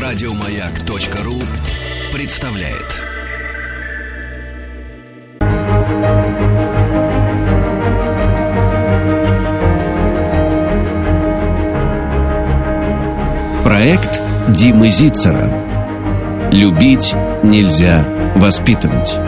Радиомаяк.ру представляет. Проект Димы Зицера. Любить нельзя воспитывать.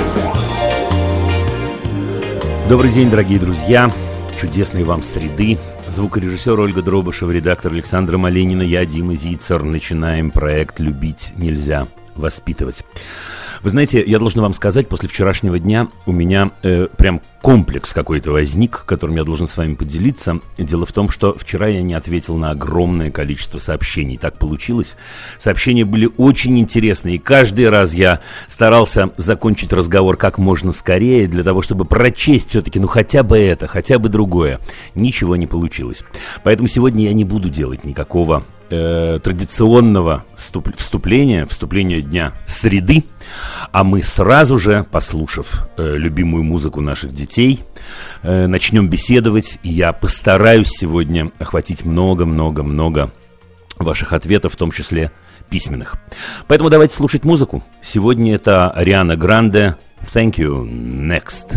Добрый день, дорогие друзья. Чудесной вам среды. Звукорежиссер Ольга Дробышева, редактор Александра Маленина, я, Дима Зицер. Начинаем проект «Любить нельзя воспитывать». Вы знаете, я должен вам сказать, после вчерашнего дня у меня прям комплекс какой-то возник, которым я должен с вами поделиться. Дело в том, что вчера я не ответил на огромное количество сообщений. Так получилось. Сообщения были очень интересные, и каждый раз я старался закончить разговор как можно скорее, для того, чтобы прочесть все-таки, хотя бы это, хотя бы другое. Ничего не получилось. Поэтому сегодня я не буду делать никакого традиционного вступления дня среды, а мы сразу же, послушав любимую музыку наших детей, начнем беседовать, и я постараюсь сегодня охватить много-много-много ваших ответов, в том числе письменных. Поэтому давайте слушать музыку. Сегодня это Ариана Гранде «Thank You, Next».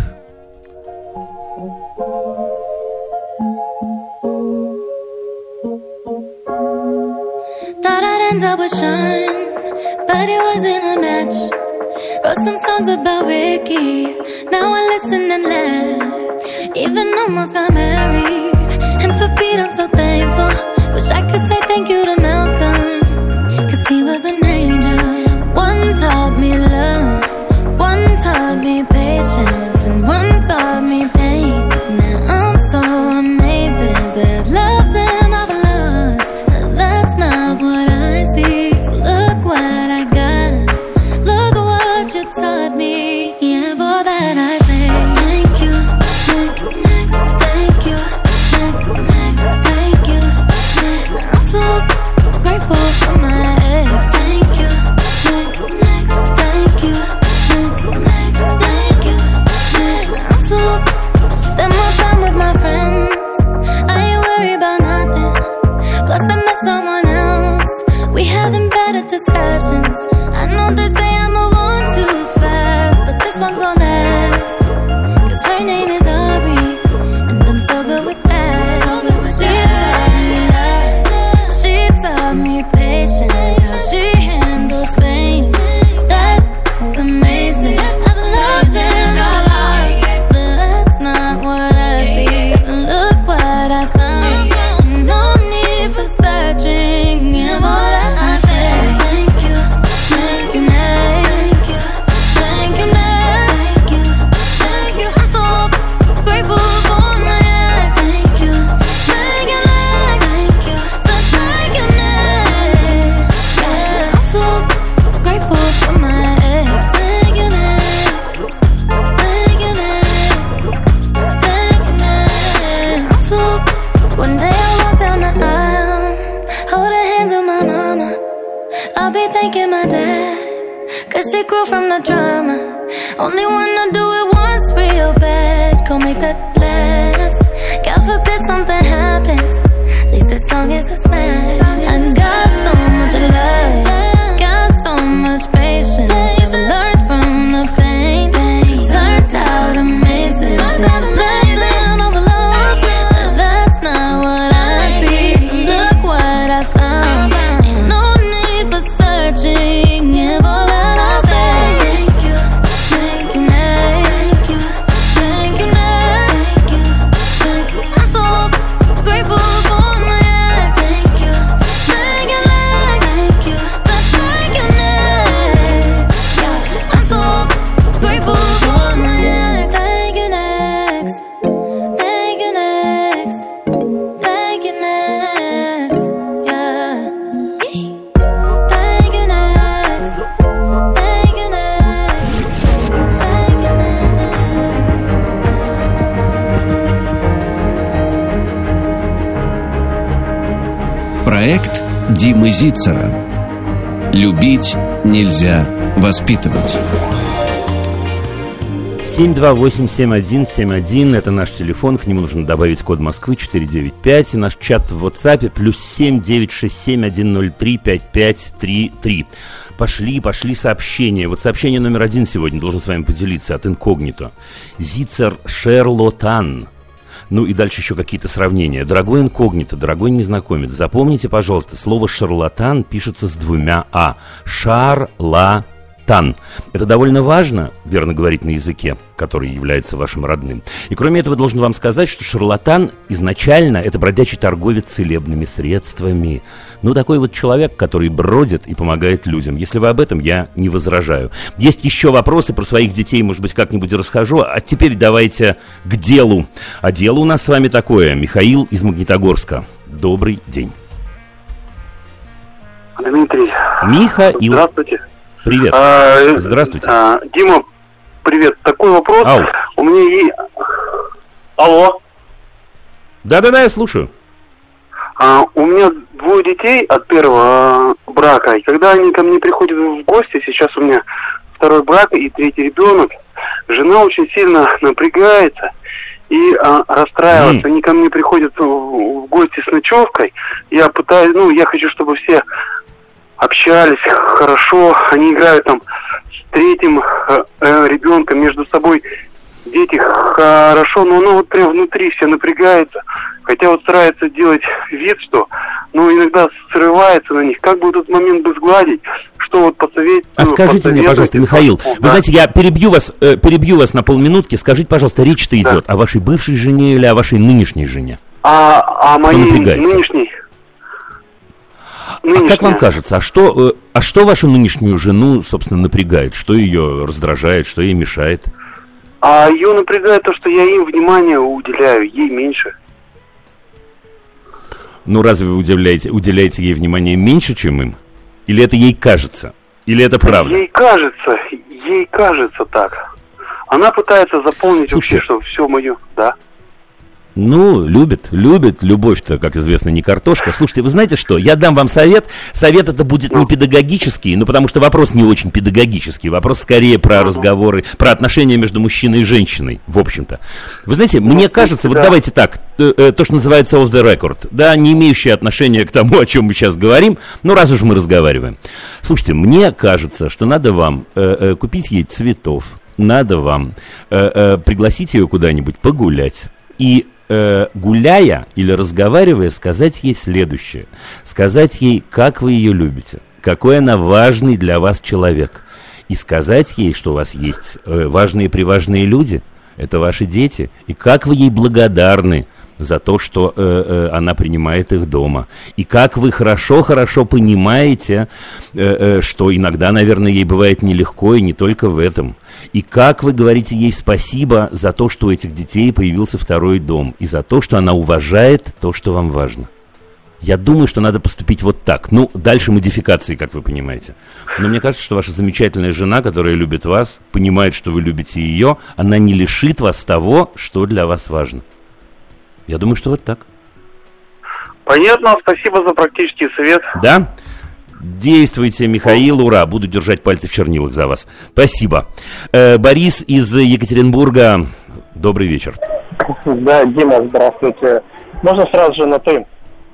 I was shine, but it wasn't a match. Wrote some songs about Ricky, now I listen and laugh. Even almost got married, and for Pete I'm so thankful. Wish I could say thank you to Malcolm, cause he was an angel. One taught me love, one taught me patience, and one taught me pain. Now I'm so amazing to have loved and I've lost. That's not what I see. So look what I got. Look what you taught me. Yeah, for that I say thank you. Next, next, thank you. Next, next, thank you. Next, I'm so grateful for my ex. Thank you. Next, next, thank you. Next, next, thank you. Next, I'm so spend more time with my friends. I ain't worried about nothing. Plus I met someone else. We having better discussions. I know they say I move on too fast, but this one gon' last. Cause her name is Aubrey, and I'm so good with that. She taught me love, she taught me patience, how she handles pain. That's amazing. I've loved and I lost, but that's not what I see. Cause look what I found, and no need for searching. And all that I say, thank you, thank you, thank you, thank you, thank you, thank you. I'm so grateful for my ex. Thank you, thank you, thank you, so thank you, next. Yeah, I'm so grateful for my ex. Thank you, next. Thank you, next. Thank you, next. I'm so. One day I walk down the aisle, hold her hands of my mama. I'll be thanking my dad, cause she grew from the drama. Only wanna do it once real bad, go make that last. God forbid something happens, at least this song is a smash. I got so much love, got so much patience, learned from the pain. Turned out amazing, turned out amazing. Overlost, but that's not what I see. Look what I found, ain't no need for searching. If all that I say, thank you, thank you, thank you, thank you, thank you, thank you. I'm so grateful for my ex. Thank you, thank you, thank you, so thank you, next. Yeah, I'm so grateful for my ex. Thank you, next. Thank you, next. Thank you, next. Yeah. Thank you, next. Thank you, next. Thank you, next. Проект Димы Зицера. Любить нельзя воспитывать. 728-7171, это наш телефон, к нему нужно добавить код Москвы 495, и наш чат в WhatsApp +7 967 103 5533. Пошли сообщения. Вот сообщение номер 1 сегодня должен с вами поделиться от Инкогнито. Зицер шарлатан. Ну и дальше еще какие-то сравнения. Дорогой Инкогнито, дорогой незнакомец, запомните, пожалуйста, слово шарлатан пишется с 2 «а». Шарлатан. Это довольно важно, верно говорить на языке, который является вашим родным. И кроме этого, должен вам сказать, что шарлатан изначально это бродячий торговец целебными средствами. Ну, такой вот человек, который бродит и помогает людям. Если вы об этом, я не возражаю. Есть еще вопросы про своих детей, может быть, как-нибудь расскажу. А теперь давайте к делу. А дело у нас с вами такое. Михаил из Магнитогорска. Добрый день. Дмитрий. Михаил. Здравствуйте. Привет. Здравствуйте. Дима, привет. Такой вопрос. Ау. У меня есть... Алло. Да-да-да, я слушаю. У меня 2 детей от первого брака. И когда они ко мне приходят в гости, сейчас у меня 2-й брак и 3-й ребенок, жена очень сильно напрягается и расстраивается. Они ко мне приходят в гости с ночевкой. Я пытаюсь, я хочу, чтобы все общались хорошо, они играют там с 3-м ребенком между собой, дети хорошо, но оно вот прям внутри все напрягается, хотя вот старается делать вид, что, иногда срывается на них. Как бы этот момент бы сгладить, что вот посоветовать? А скажите мне, пожалуйста, Михаил, вы знаете, я перебью вас на полминутки, скажите, пожалуйста, речь-то идет о вашей бывшей жене или о вашей нынешней жене? О моей нынешней. А как вам кажется, а что вашу нынешнюю жену, собственно, напрягает? Что ее раздражает, что ей мешает? А ее напрягает то, что я им внимание уделяю, ей меньше. Ну, разве вы уделяете ей внимание меньше, чем им? Или это ей кажется? Или это правда? Ей кажется так. Она пытается заполнить вообще, что все мое, да. Ну, любит. Любовь-то, как известно, не картошка. Слушайте, вы знаете что? Я дам вам совет. Совет это будет не педагогический, потому что вопрос не очень педагогический. Вопрос скорее про разговоры, про отношения между мужчиной и женщиной, в общем-то. Вы знаете, мне кажется, вот давайте так, то, что называется off the record, да, не имеющее отношения к тому, о чем мы сейчас говорим, раз уж мы разговариваем. Слушайте, мне кажется, что надо вам купить ей цветов, надо вам пригласить ее куда-нибудь погулять и гуляя или разговаривая, сказать ей следующее. Сказать ей, как вы ее любите, какой она важный для вас человек. И сказать ей, что у вас есть важные-приважные люди, это ваши дети, и как вы ей благодарны за то, что она принимает их дома. И как вы хорошо понимаете, что иногда, наверное, ей бывает нелегко, и не только в этом. И как вы говорите ей спасибо за то, что у этих детей появился 2-й дом, и за то, что она уважает то, что вам важно. Я думаю, что надо поступить вот так. Дальше модификации, как вы понимаете. Но мне кажется, что ваша замечательная жена, которая любит вас, понимает, что вы любите ее, она не лишит вас того, что для вас важно. Я думаю, что вот так. Понятно, спасибо за практический совет. Да? Действуйте, Михаил, ура, буду держать пальцы в чернилах за вас. Спасибо. Борис из Екатеринбурга, добрый вечер. Да, Дима, здравствуйте. Можно сразу же на «ты»?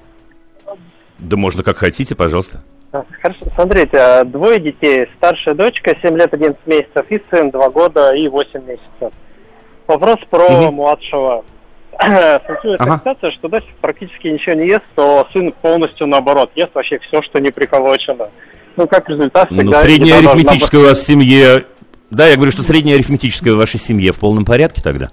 Да можно как хотите, пожалуйста. Хорошо, смотрите, 2 детей. Старшая дочка, 7 лет 11 месяцев, и сын 2 года и 8 месяцев. Вопрос про младшего. Случилась ситуация, что дочь практически ничего не ест, то сын полностью наоборот, ест вообще все, что не приколочено. Как результат всегда... средняя арифметическая у вас в семье... Да, я говорю, что средняя арифметическая в вашей семье в полном порядке тогда?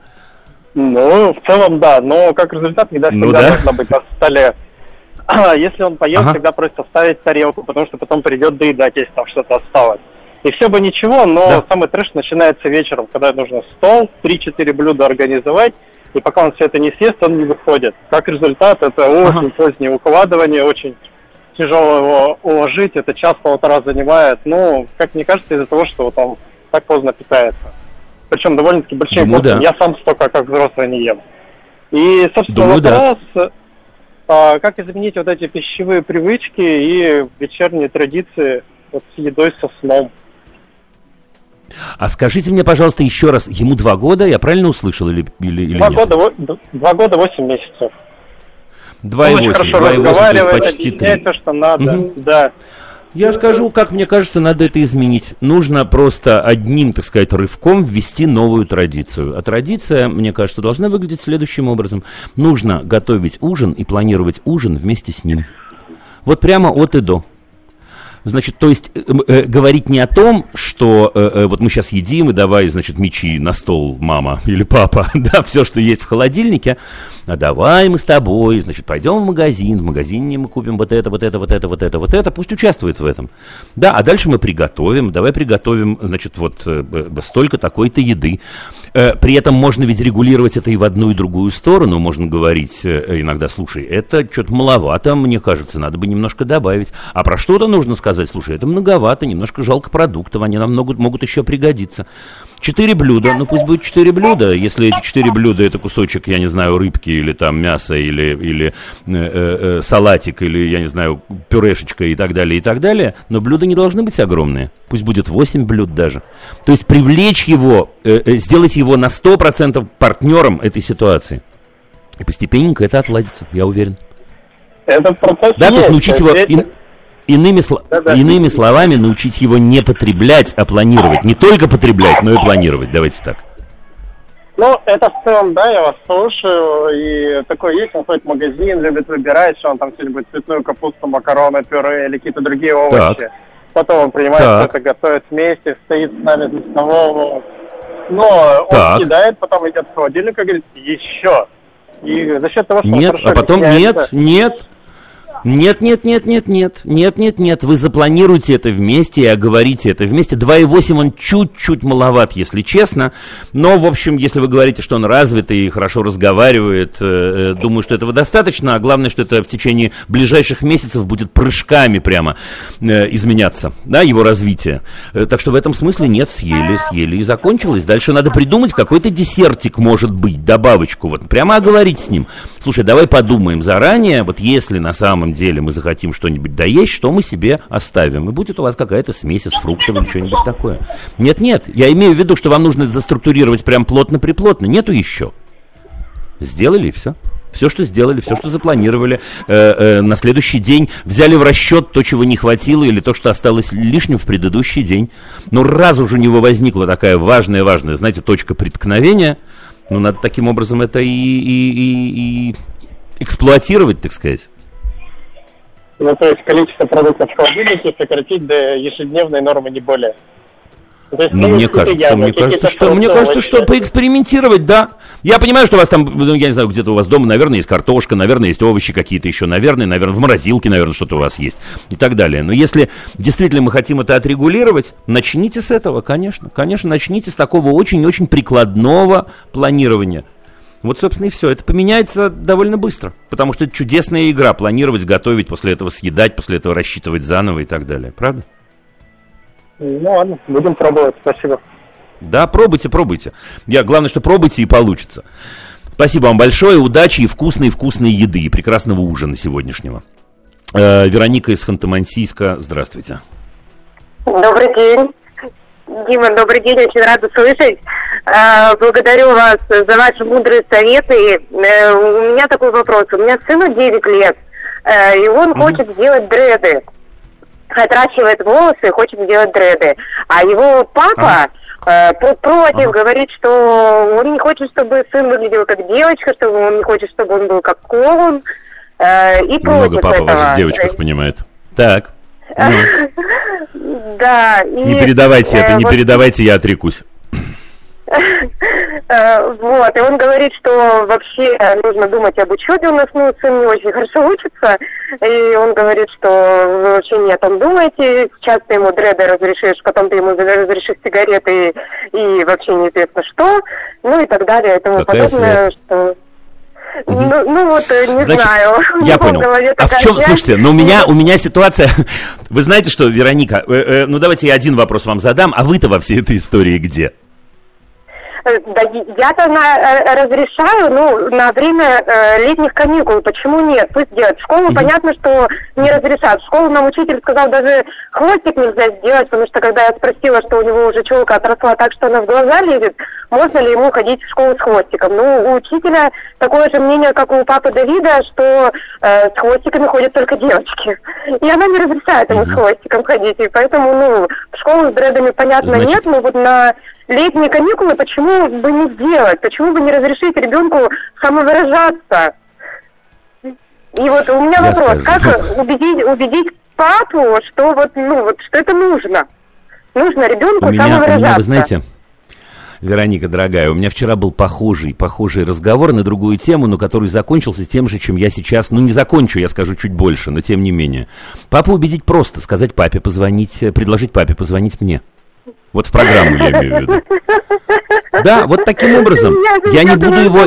В целом, да, но как результат еда всегда должна быть на столе. Если он поел, всегда просит оставить тарелку, потому что потом придет доедать, если там что-то осталось. И все бы ничего, но самый трэш начинается вечером, когда нужно стол, 3-4 блюда организовать, и пока он все это не съест, он не выходит. Как результат, это очень позднее укладывание, очень тяжело его уложить, это 1-1,5 занимает. Как мне кажется, из-за того, что он так поздно питается. Причем довольно-таки большим порциями. Я сам столько, как взрослый, не ем. И, собственно, вопрос, как изменить вот эти пищевые привычки и вечерние традиции с едой, со сном. А скажите мне, пожалуйста, еще раз, ему 2 года, я правильно услышал или нет? 2 года 8 месяцев. 2,8, то есть почти 3. То, что надо, да. Я скажу, как мне кажется, надо это изменить. Нужно просто одним, так сказать, рывком ввести новую традицию. А традиция, мне кажется, должна выглядеть следующим образом. Нужно готовить ужин и планировать ужин вместе с ним. Вот прямо от и до. Значит, то есть говорить не о том, что вот мы сейчас едим, и давай, значит, мячи на стол, мама или папа, да, все, что есть в холодильнике, а давай мы с тобой, значит, пойдем в магазине мы купим вот это, пусть участвует в этом. Да, а дальше мы приготовим, давай приготовим, значит, вот столько такой-то еды. При этом можно ведь регулировать это и в одну, и другую сторону, можно говорить иногда, слушай, это что-то маловато, мне кажется, надо бы немножко добавить. А про что-то нужно сказать, слушай, это многовато, немножко жалко продуктов, они нам могут еще пригодиться. 4 блюда, ну пусть будет 4 блюда, если эти 4 блюда это кусочек, я не знаю, рыбки или там мясо, или салатик, или, я не знаю, пюрешечка и так далее, но блюда не должны быть огромные, пусть будет 8 блюд даже. То есть привлечь его, сделать его на 100% партнером этой ситуации. И постепенненько это отладится, я уверен. Этот процесс да, то есть научить его... Иными словами, научить его не потреблять, а планировать. Не только потреблять, но и планировать. Давайте так. Ну, это в целом, да, я вас слушаю. И такое есть, он ходит в магазин, любит выбирать, что он там что-нибудь цветную капусту, макароны, пюре или какие-то другие овощи. Так. Потом он принимает все это, готовит вместе, стоит с нами за столом. Но он съедает, потом идет в холодильник и говорит, еще. И за счет того, что нет, а потом нет. Нет, вы запланируете это вместе и оговорите это вместе. 2,8 он чуть-чуть маловат, если честно. Но, в общем, если вы говорите, что он развитый и хорошо разговаривает, думаю, что этого достаточно. А главное, что это в течение ближайших месяцев будет прыжками прямо изменяться, да, его развитие. Так что в этом смысле нет, съели и закончилось. Дальше надо придумать какой-то десертик, может быть, добавочку. Вот прямо оговорить с ним. Слушай, давай подумаем заранее, вот если на самом деле мы захотим что-нибудь доесть, что мы себе оставим. И будет у вас какая-то смесь из фруктов или что-нибудь такое. Нет, я имею в виду, что вам нужно заструктурировать прям плотно-приплотно. Нету еще. Сделали и все. Все, что сделали, все, что запланировали. На следующий день взяли в расчет то, чего не хватило, или то, что осталось лишним в предыдущий день. Но раз уже у него возникла такая важная, знаете, точка преткновения, ну, надо таким образом это и эксплуатировать, так сказать. Ну, то есть количество продуктов в холодильнике сократить до ежедневной нормы, не более. Есть, мне кажется, что поэкспериментировать, да. Я понимаю, что у вас там, я не знаю, где-то у вас дома, наверное, есть картошка, наверное, есть овощи какие-то еще, наверное, в морозилке, наверное, что-то у вас есть и так далее. Но если действительно мы хотим это отрегулировать, начните с этого, конечно, начните с такого очень-очень прикладного планирования. Вот, собственно, и все. Это поменяется довольно быстро, потому что это чудесная игра. Планировать, готовить, после этого съедать, после этого рассчитывать заново и так далее. Правда? Ну, ладно, будем пробовать. Спасибо. Да, пробуйте. Главное, что пробуйте и получится. Спасибо вам большое. Удачи и вкусной еды, и прекрасного ужина сегодняшнего. Вероника из Ханты-Мансийска. Здравствуйте. Добрый день. Дима, добрый день. Очень рада слышать. Благодарю вас за ваши мудрые советы. У меня такой вопрос. У меня сыну 9 лет, и он хочет сделать дреды. Отращивает волосы, хочет сделать дреды. А его папа против, говорит, что он не хочет, чтобы сын выглядел как девочка, что он не хочет, чтобы он был как клоун. И много папа в ваших девочках понимает. Так. Да. Не передавайте, я отрекусь. Вот, и он говорит, что вообще нужно думать об учебе. У нас, сын не очень хорошо учится, и он говорит, что вообще не о том думаете. Сейчас ты ему дреды разрешишь, потом ты ему разрешишь сигареты и вообще неизвестно что, ну и так далее, и тому подобное, что... не знаю. Я понял. А в чем, слушайте, у меня ситуация... Вы знаете что, Вероника, давайте я один вопрос вам задам, а вы-то во всей этой истории где? Да, я-то разрешаю, на время летних каникул. Почему нет? Пусть делают. В школу понятно, что не разрешат. В школу нам учитель сказал, даже хвостик нельзя сделать, потому что когда я спросила, что у него уже челка отросла так, что она в глаза лезет, можно ли ему ходить в школу с хвостиком. У учителя такое же мнение, как у папы Давида, что с хвостиками ходят только девочки. И она не разрешает ему с хвостиком ходить. И поэтому, в школу с дредами, понятно, нет, но вот на летние каникулы почему бы не сделать? Почему бы не разрешить ребенку самовыражаться? И вот у меня вопрос, как убедить папу, что что это нужно? Нужно ребенку самовыражаться. У меня, вы знаете, Вероника, дорогая, у меня вчера был похожий разговор на другую тему, но который закончился тем же, чем я сейчас, не закончу, я скажу чуть больше, но тем не менее. Папу убедить просто, сказать папе позвонить, предложить папе позвонить мне. Вот в программу я имею в виду. Да, вот таким образом. Я не буду его...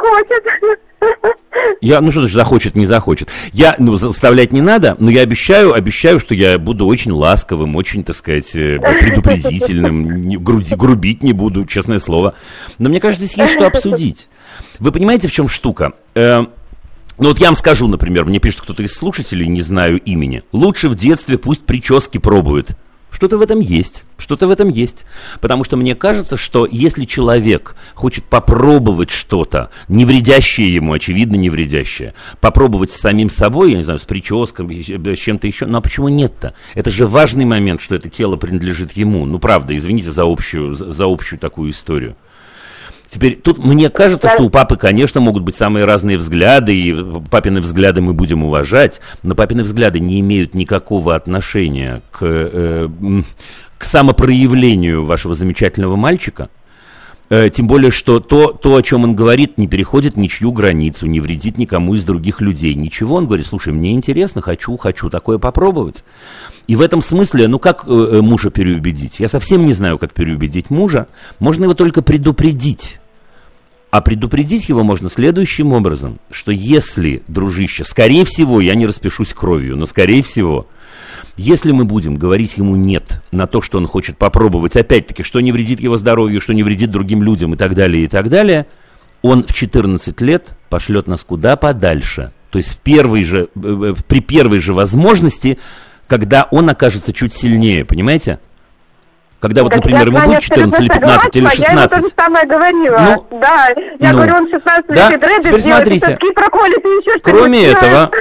что значит захочет, не захочет. Заставлять не надо, но я обещаю, что я буду очень ласковым, очень, так сказать, предупредительным, грубить не буду, честное слово. Но мне кажется, здесь есть что обсудить. Вы понимаете, в чем штука? Я вам скажу, например, мне пишет кто-то из слушателей, не знаю имени. Лучше в детстве пусть прически пробует. Что-то в этом есть. Потому что мне кажется, что если человек хочет попробовать что-то, не вредящее ему, очевидно, не вредящее, попробовать с самим собой, я не знаю, с прическом, с чем-то еще, а почему нет-то? Это же важный момент, что это тело принадлежит ему. Правда, извините за общую такую историю. Теперь, тут мне кажется, что у папы, конечно, могут быть самые разные взгляды, и папины взгляды мы будем уважать, но папины взгляды не имеют никакого отношения к самопроявлению вашего замечательного мальчика. Тем более, что то, о чем он говорит, не переходит ничью границу, не вредит никому из других людей. Ничего, он говорит, слушай, мне интересно, хочу такое попробовать. И в этом смысле, как мужа переубедить? Я совсем не знаю, как переубедить мужа. Можно его только предупредить. А предупредить его можно следующим образом, что если, дружище, скорее всего, я не распишусь кровью, но скорее всего, если мы будем говорить ему «нет» на то, что он хочет попробовать, опять-таки, что не вредит его здоровью, что не вредит другим людям и так далее, он в 14 лет пошлет нас куда подальше. То есть при первой же возможности, когда он окажется чуть сильнее, понимаете? Когда например, ему будет 14 или 15 или 16. Я ему то же самое говорила. Я говорю, он 16 лет дреды делает, соски проколет и еще что-нибудь.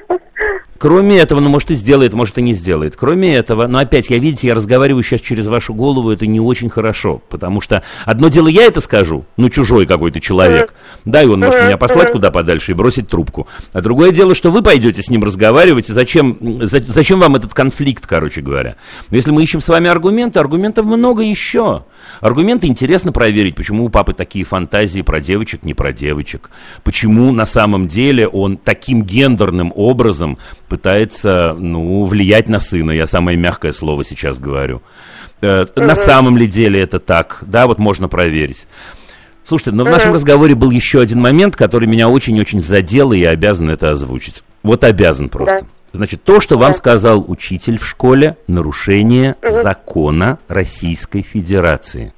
Кроме этого, может и сделает, может и не сделает. Кроме этого, опять, я разговариваю сейчас через вашу голову, это не очень хорошо. Потому что одно дело я это скажу, чужой какой-то человек. Да, и он может меня послать куда подальше и бросить трубку. А другое дело, что вы пойдете с ним разговаривать, и зачем вам этот конфликт, короче говоря. Но если мы ищем с вами аргументов много еще. Аргументы интересно проверить, почему у папы такие фантазии про девочек, не про девочек. Почему на самом деле он таким гендерным образом пытается, влиять на сына. Я самое мягкое слово сейчас говорю. На самом ли деле это так? Да, можно проверить. Слушайте, но в нашем разговоре был еще один момент, который меня очень-очень задел, и я обязан это озвучить. Обязан просто. Значит, то, что вам сказал учитель в школе, нарушение закона Российской Федерации.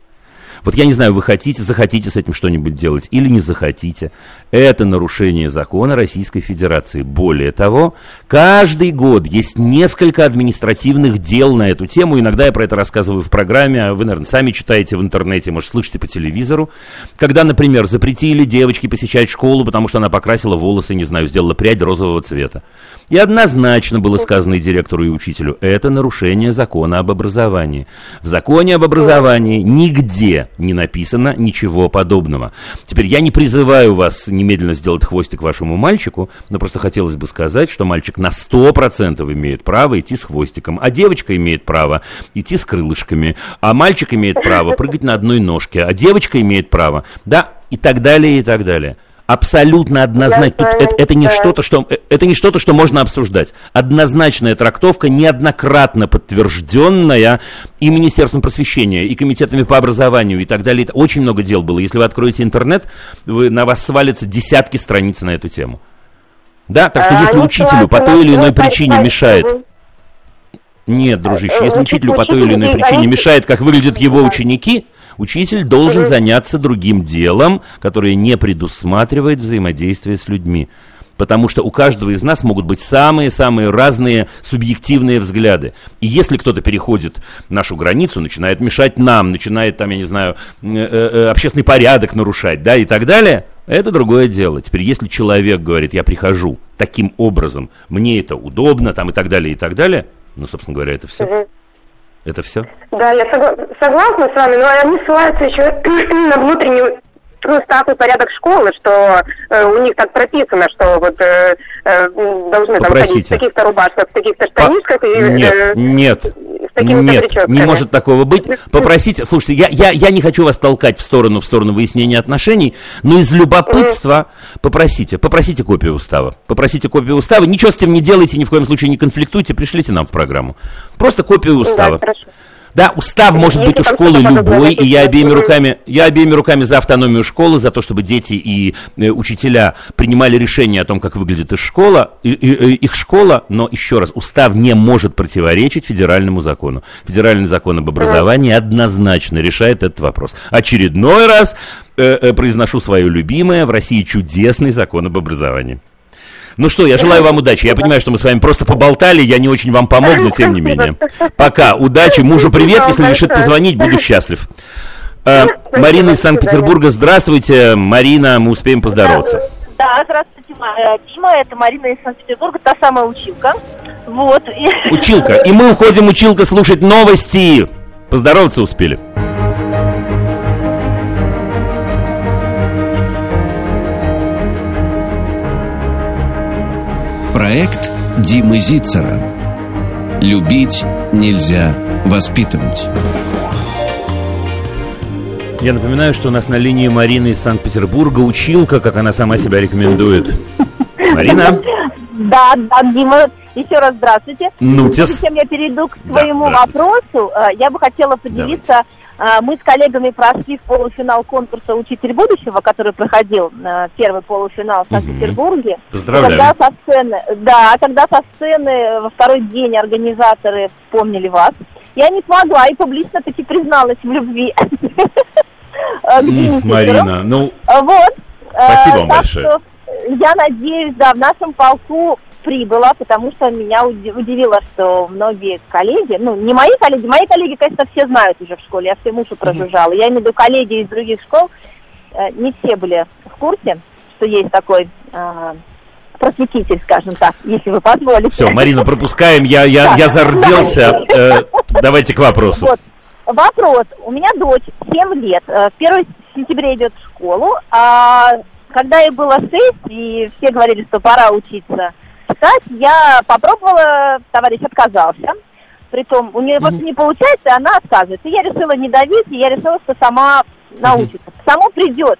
Я не знаю, вы захотите с этим что-нибудь делать или не захотите. Это нарушение закона Российской Федерации. Более того, каждый год есть несколько административных дел на эту тему. Иногда я про это рассказываю в программе, а вы, наверное, сами читаете в интернете, может, слышите по телевизору. Когда, например, запретили девочке посещать школу, потому что она покрасила волосы, не знаю, сделала прядь розового цвета. И однозначно было сказано и директору, и учителю, это нарушение закона об образовании. В законе об образовании нигде не написано ничего подобного. Теперь я не призываю вас немедленно сделать хвостик вашему мальчику, но просто хотелось бы сказать, что мальчик на 100% имеет право идти с хвостиком, а девочка имеет право идти с крылышками, а мальчик имеет право прыгать на одной ножке, а девочка имеет право, и так далее, и так далее. Абсолютно однозначно. Это не что-то, что можно обсуждать. Однозначная трактовка, неоднократно подтвержденная и Министерством просвещения, и комитетами по образованию, и так далее. Очень много дел было. Если вы откроете интернет, на вас свалятся десятки страниц на эту тему. Да, так что если учителю по той или иной причине мешает... Нет, дружище, если учителю по той или иной причине мешает, как выглядят его ученики, учитель должен заняться другим делом, которое не предусматривает взаимодействие с людьми. Потому что у каждого из нас могут быть самые-самые разные субъективные взгляды. И если кто-то переходит нашу границу, начинает мешать нам, начинает, там, я не знаю, общественный порядок нарушать, да, и так далее, это другое дело. Теперь, если человек говорит, я прихожу таким образом, мне это удобно, там, и так далее, ну, собственно говоря, это все. Это все? Да, я согласна с вами, но они ссылаются еще на внутреннюю устав и порядок школы, что у них так прописано, что вот должны там ходить в таких-то рубашках, в таких-то штанишках. Нет, не может такого быть. Попросите, слушайте, я не хочу вас толкать в сторону выяснения отношений, но из любопытства попросите копию устава. Попросите копию устава, ничего с этим не делайте, ни в коем случае не конфликтуйте, пришлите нам в программу. Просто копию устава. Да, хорошо. Да, устав может быть у школы любой, и я обеими руками за автономию школы, за то, чтобы дети и учителя принимали решение о том, как выглядит их школа, но еще раз, устав не может противоречить федеральному закону. Федеральный закон об образовании однозначно решает этот вопрос. Очередной раз произношу свое любимое: в России чудесный закон об образовании. Ну что, я желаю вам удачи. Я понимаю, что мы с вами просто поболтали, я не очень вам помог, но тем не менее. Пока, удачи, мужу привет, если решит позвонить, буду счастлив. Марина из Санкт-Петербурга, здравствуйте. Марина, мы успеем поздороваться. Да, здравствуйте, Дима, это Марина из Санкт-Петербурга, та самая училка. Вот. Училка, и мы уходим, училка, слушать новости. Поздороваться успели? Проект Димы Зицера. Любить нельзя воспитывать. Я напоминаю, что у нас на линии Марина из Санкт-Петербурга, училка, как она сама себя рекомендует. Марина? Да, Дима, еще раз здравствуйте. Прежде чем я перейду к своему вопросу, я бы хотела поделиться. Мы с коллегами прошли в полуфинал конкурса «Учитель будущего», который проходил первый полуфинал в Санкт-Петербурге. Поздравляю. Когда со сцены во второй день организаторы вспомнили вас, я не смогла и публично таки призналась в любви. Марина, спасибо вам большое. Я надеюсь, в нашем полку прибыла, потому что меня удивило, что многие коллеги, не мои коллеги, конечно, все знают уже в школе, я всем уши прожужжала. Я имею в виду коллеги из других школ, не все были в курсе, что есть такой просветитель, скажем так, если вы позволите. Все, Марина, пропускаем, я зарделся. Давайте к вопросу. Вот. Вопрос. У меня дочь 7 лет, 1 сентября идет в школу, а когда ей было 6, и все говорили, что пора учиться читать, я попробовала, товарищ отказался. Притом у нее просто не получается, и она отказывается. И я решила не давить, и я решила, что сама научится. Само придет.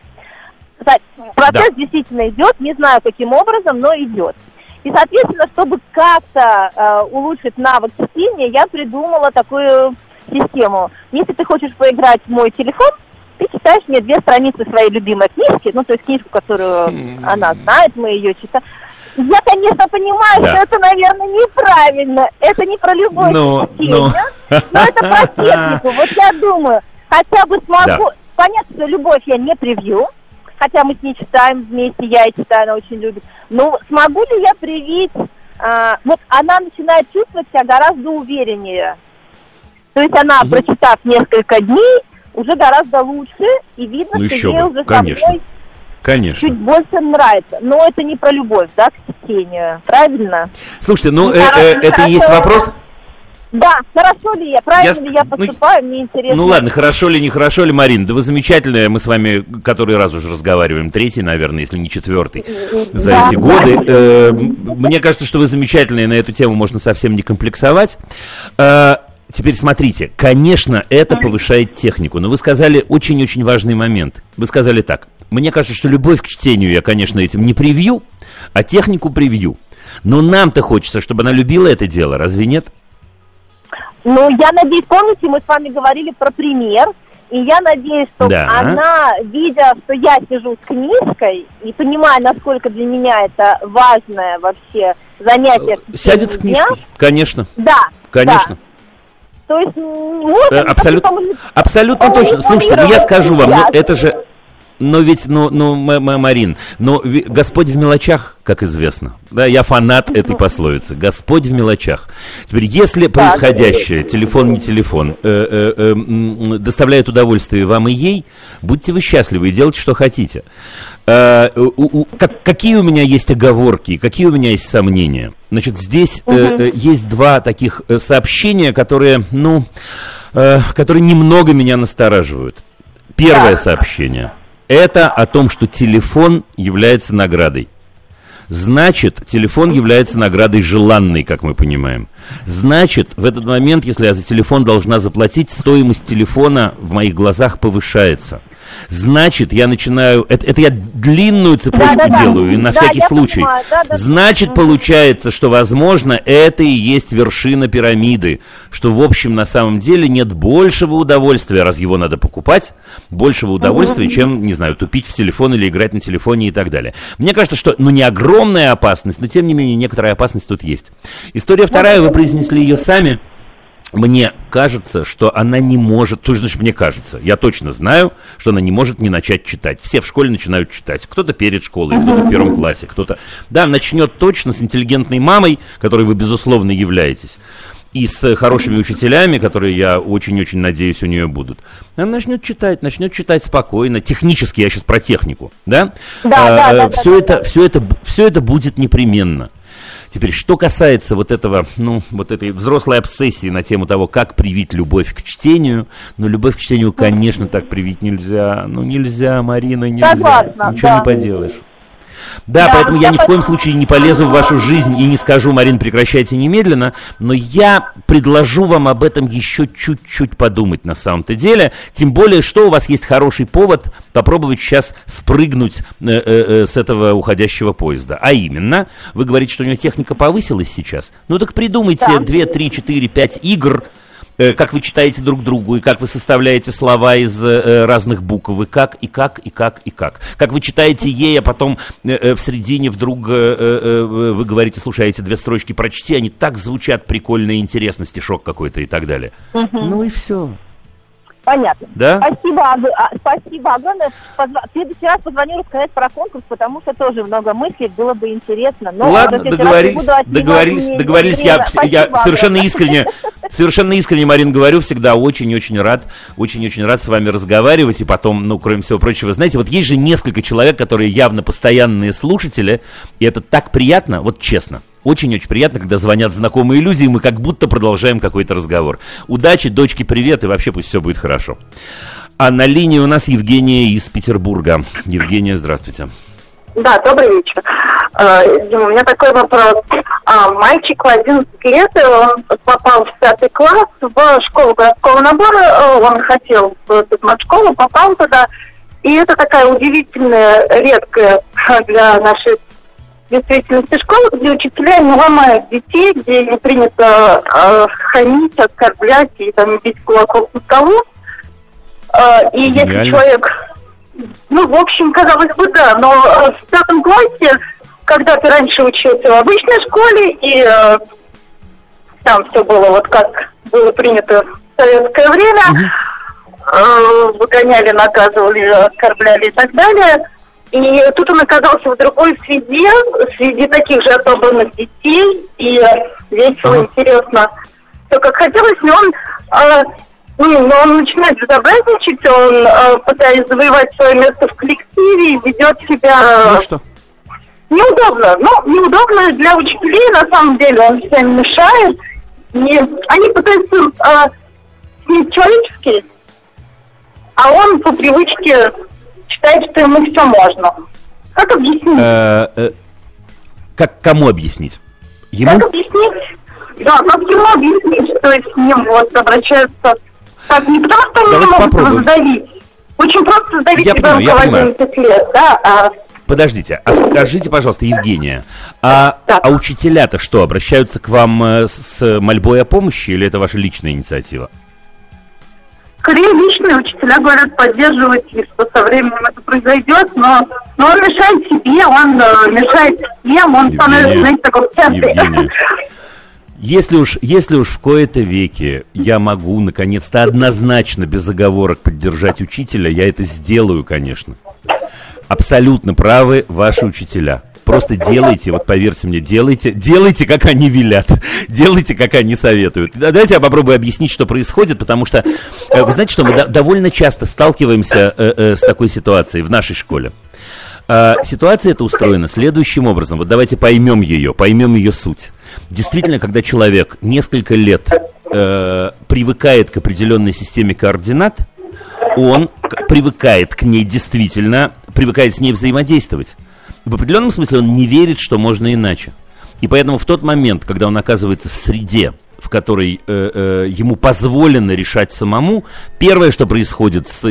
Процесс действительно идет, не знаю каким образом, но идет. И, соответственно, чтобы как-то улучшить навык чтения, я придумала такую систему. Если ты хочешь поиграть в мой телефон, ты читаешь мне 2 страницы своей любимой книжки, то есть книжку, которую она знает, мы ее читаем. Я, конечно, понимаю, что это, наверное, неправильно. Это не про любовь к чтению, но это про технику. Вот я думаю, хотя бы смогу... Да. Понятно, что любовь я не привью, хотя мы с ней читаем вместе, я и читаю, она очень любит. Но смогу ли я привить... вот она начинает чувствовать себя гораздо увереннее. То есть она, прочитав несколько дней, уже гораздо лучше, и видно, что ей уже самой чуть больше нравится. Но это не про любовь, к чтению, правильно? Слушайте, это и есть вопрос... Да, хорошо ли я, правильно ли я поступаю, мне интересно. Ну ладно, хорошо ли, нехорошо ли, Марина, да вы замечательная, мы с вами который раз уже разговариваем, 3-й, наверное, если не 4-й за эти годы. Мне кажется, что вы замечательная, на эту тему можно совсем не комплексовать. Теперь смотрите, конечно, это повышает технику, но вы сказали очень-очень важный момент. Вы сказали так: мне кажется, что любовь к чтению я, конечно, этим не привью, а технику привью. Но нам-то хочется, чтобы она любила это дело, разве нет? Я надеюсь, помните, мы с вами говорили про пример. И когда, собственно, И я надеюсь, что она, видя, что я сижу с книжкой и понимая, насколько для меня это важное вообще занятие. Сядет с книжкой, конечно. Да. Конечно. Да. То есть, можно... Абсолютно точно. Слушайте, ну я скажу вам, ну это же... Но ведь, Марин, но Господь в мелочах, как известно. Да, я фанат этой пословицы. Господь в мелочах. Теперь, если происходящее, телефон, не телефон, доставляет удовольствие вам и ей, будьте вы счастливы и делайте, что хотите. Какие у меня есть оговорки, какие у меня есть сомнения? Значит, здесь есть два таких сообщения, которые немного меня настораживают. Первое сообщение. Это о том, что телефон является наградой. Значит, телефон является наградой желанной, как мы понимаем. Значит, в этот момент, если я за телефон должна заплатить, стоимость телефона в моих глазах повышается. Значит, я начинаю... Это я длинную цепочку делаю, и на всякий случай. Значит, получается, что, возможно, это и есть вершина пирамиды. Что, в общем, на самом деле нет большего удовольствия, раз его надо покупать, большего удовольствия, чем, не знаю, тупить в телефон или играть на телефоне и так далее. Мне кажется, что, не огромная опасность, но, тем не менее, некоторая опасность тут есть. История вторая, вы произнесли ее сами. Мне кажется, что она не может, то есть, значит, мне кажется, я точно знаю, что она не может не начать читать. Все в школе начинают читать. Кто-то перед школой, кто-то в первом классе, кто-то... Да, начнет точно с интеллигентной мамой, которой вы, безусловно, являетесь, и с хорошими учителями, которые, я очень-очень надеюсь, у нее будут. Она начнет читать спокойно. Технически, я сейчас про технику, да? Все это будет непременно. Теперь, что касается вот этой взрослой обсессии на тему того, как привить любовь к чтению, любовь к чтению, конечно, так привить нельзя. Нельзя, Марина, нельзя. Согласна, ничего не поделаешь. Да, поэтому я ни в коем случае не полезу в вашу жизнь и не скажу, Марин, прекращайте немедленно, но я предложу вам об этом еще чуть-чуть подумать на самом-то деле, тем более, что у вас есть хороший повод попробовать сейчас спрыгнуть с этого уходящего поезда. А именно, вы говорите, что у него техника повысилась сейчас, так придумайте 2, 3, 4, 5 игр, как вы читаете друг другу, и как вы составляете слова из разных букв, и как. Как вы читаете ей, а потом в середине вдруг вы говорите, слушай, а эти 2 строчки прочти, они так звучат прикольно и интересно, стишок какой-то и так далее. И все. Понятно. Да? Спасибо огромное. В следующий раз позвоню рассказать про конкурс, потому что тоже много мыслей, было бы интересно. Но ладно, договорились. Я совершенно искренне, Марин, говорю, всегда очень-очень рад с вами разговаривать. И потом, кроме всего прочего, знаете, вот есть же несколько человек, которые явно постоянные слушатели, и это так приятно, вот честно. Очень-очень приятно, когда звонят знакомые люди, и мы как будто продолжаем какой-то разговор. Удачи, дочке привет, и вообще пусть все будет хорошо. А на линии у нас Евгения из Петербурга. Евгения, здравствуйте. Да, добрый вечер. Дима, у меня такой вопрос. Мальчик в 11 лет, он попал в 5 класс в школу городского набора, он хотел в школу, попал туда, и это такая удивительная, редкая для нашей действительности школа, где учителя не ломают детей, где не принято хамить, оскорблять и бить кулаком по столу. И если человек... в общем, казалось бы, да, но в 5 классе, когда ты раньше учился в обычной школе, и там все было вот как было принято в советское время, выгоняли, наказывали, оскорбляли и так далее. И тут он оказался в другой среди таких же отобранных детей, и весело, интересно, все как хотелось, но он начинает безобразничать, он пытается завоевать свое место в коллективе и ведет себя неудобно. Неудобно для учителей, на самом деле, он всем мешает, и они пытаются снять человеческий, а он по привычке считает, что ему все можно. Как объяснить? Кому объяснить? Ему? Как объяснить? Да, как ему объяснить, что с ним обращаются так, не потому, что они не могут раздавить. Очень просто раздавить ребенка в 11 лет, да. Подождите, а скажите, пожалуйста, Евгения, а учителя-то что, обращаются к вам с мольбой о помощи, или это ваша личная инициатива? скорее личные учителя говорят поддерживать, и что со временем это произойдет, но он мешает себе, он мешает всем, он становится, знаете, такой в центре. Если уж в кои-то веки я могу, наконец-то, однозначно, без оговорок поддержать учителя, я это сделаю, конечно. Абсолютно правы ваши учителя. Просто делайте, вот поверьте мне, делайте, как они велят, делайте, как они советуют. Давайте я попробую объяснить, что происходит, потому что, вы знаете, что мы довольно часто сталкиваемся с такой ситуацией в нашей школе. Ситуация эта устроена следующим образом. Вот давайте поймем ее суть. Действительно, когда человек несколько лет привыкает к определенной системе координат, он привыкает к ней действительно, привыкает с ней взаимодействовать. В определенном смысле он не верит, что можно иначе. И поэтому в тот момент, когда он оказывается в среде, в которой ему позволено решать самому, первое, что происходит с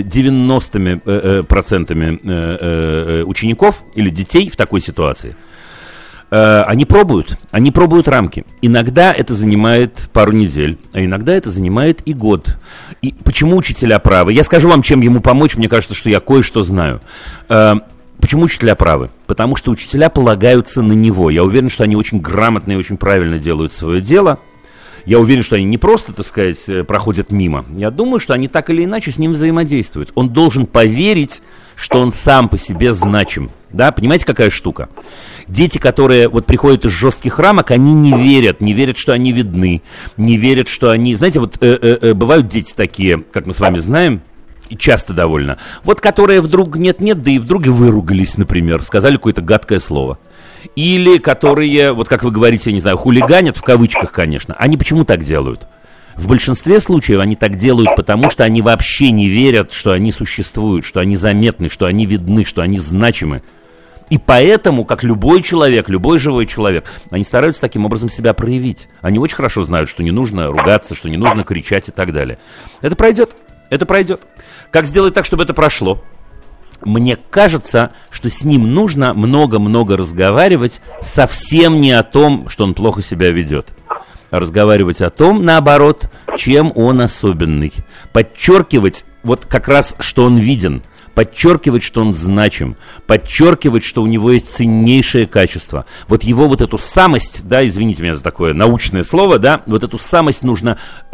90% учеников или детей в такой ситуации, они пробуют рамки. Иногда это занимает пару недель, а иногда это занимает и год. И почему учителя правы? Я скажу вам, чем ему помочь, мне кажется, что я кое-что знаю. Почему учителя правы? Потому что учителя полагаются на него. Я уверен, что они очень грамотно и очень правильно делают свое дело. Я уверен, что они не просто, так сказать, проходят мимо. Я думаю, что они так или иначе с ним взаимодействуют. Он должен поверить, что он сам по себе значим. Да, понимаете, какая штука? Дети, которые вот приходят из жестких рамок, они не верят, что они видны, не верят, что они... Знаете, вот бывают дети такие, как мы с вами знаем, и часто довольно, вот которые вдруг нет-нет, да и вдруг и выругались, например, сказали какое-то гадкое слово. Или которые, вот как вы говорите, я не знаю, хулиганят, в кавычках, конечно. Они почему так делают? В большинстве случаев они так делают, потому что они вообще не верят, что они существуют, что они заметны, что они видны, что они значимы. И поэтому, как любой человек, любой живой человек, они стараются таким образом себя проявить. Они очень хорошо знают, что не нужно ругаться, что не нужно кричать и так далее. Это пройдет. Это пройдет. Как сделать так, чтобы это прошло? Мне кажется, что с ним нужно много-много разговаривать совсем не о том, что он плохо себя ведет, а разговаривать о том, наоборот, чем он особенный. Подчеркивать вот как раз, что он виден, подчеркивать, что он значим, подчеркивать, что у него есть ценнейшее качество. Вот его вот эту самость, да, извините меня за такое научное слово, да, вот эту самость нужно...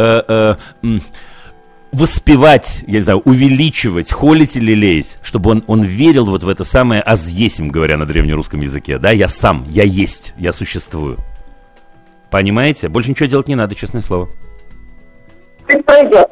воспевать, я не знаю, увеличивать, холить или лелеять, чтобы он верил вот в это самое «аз есмь», говоря на древнерусском языке, да, я сам, я есть, я существую. Понимаете? Больше ничего делать не надо, честное слово. Пойдет.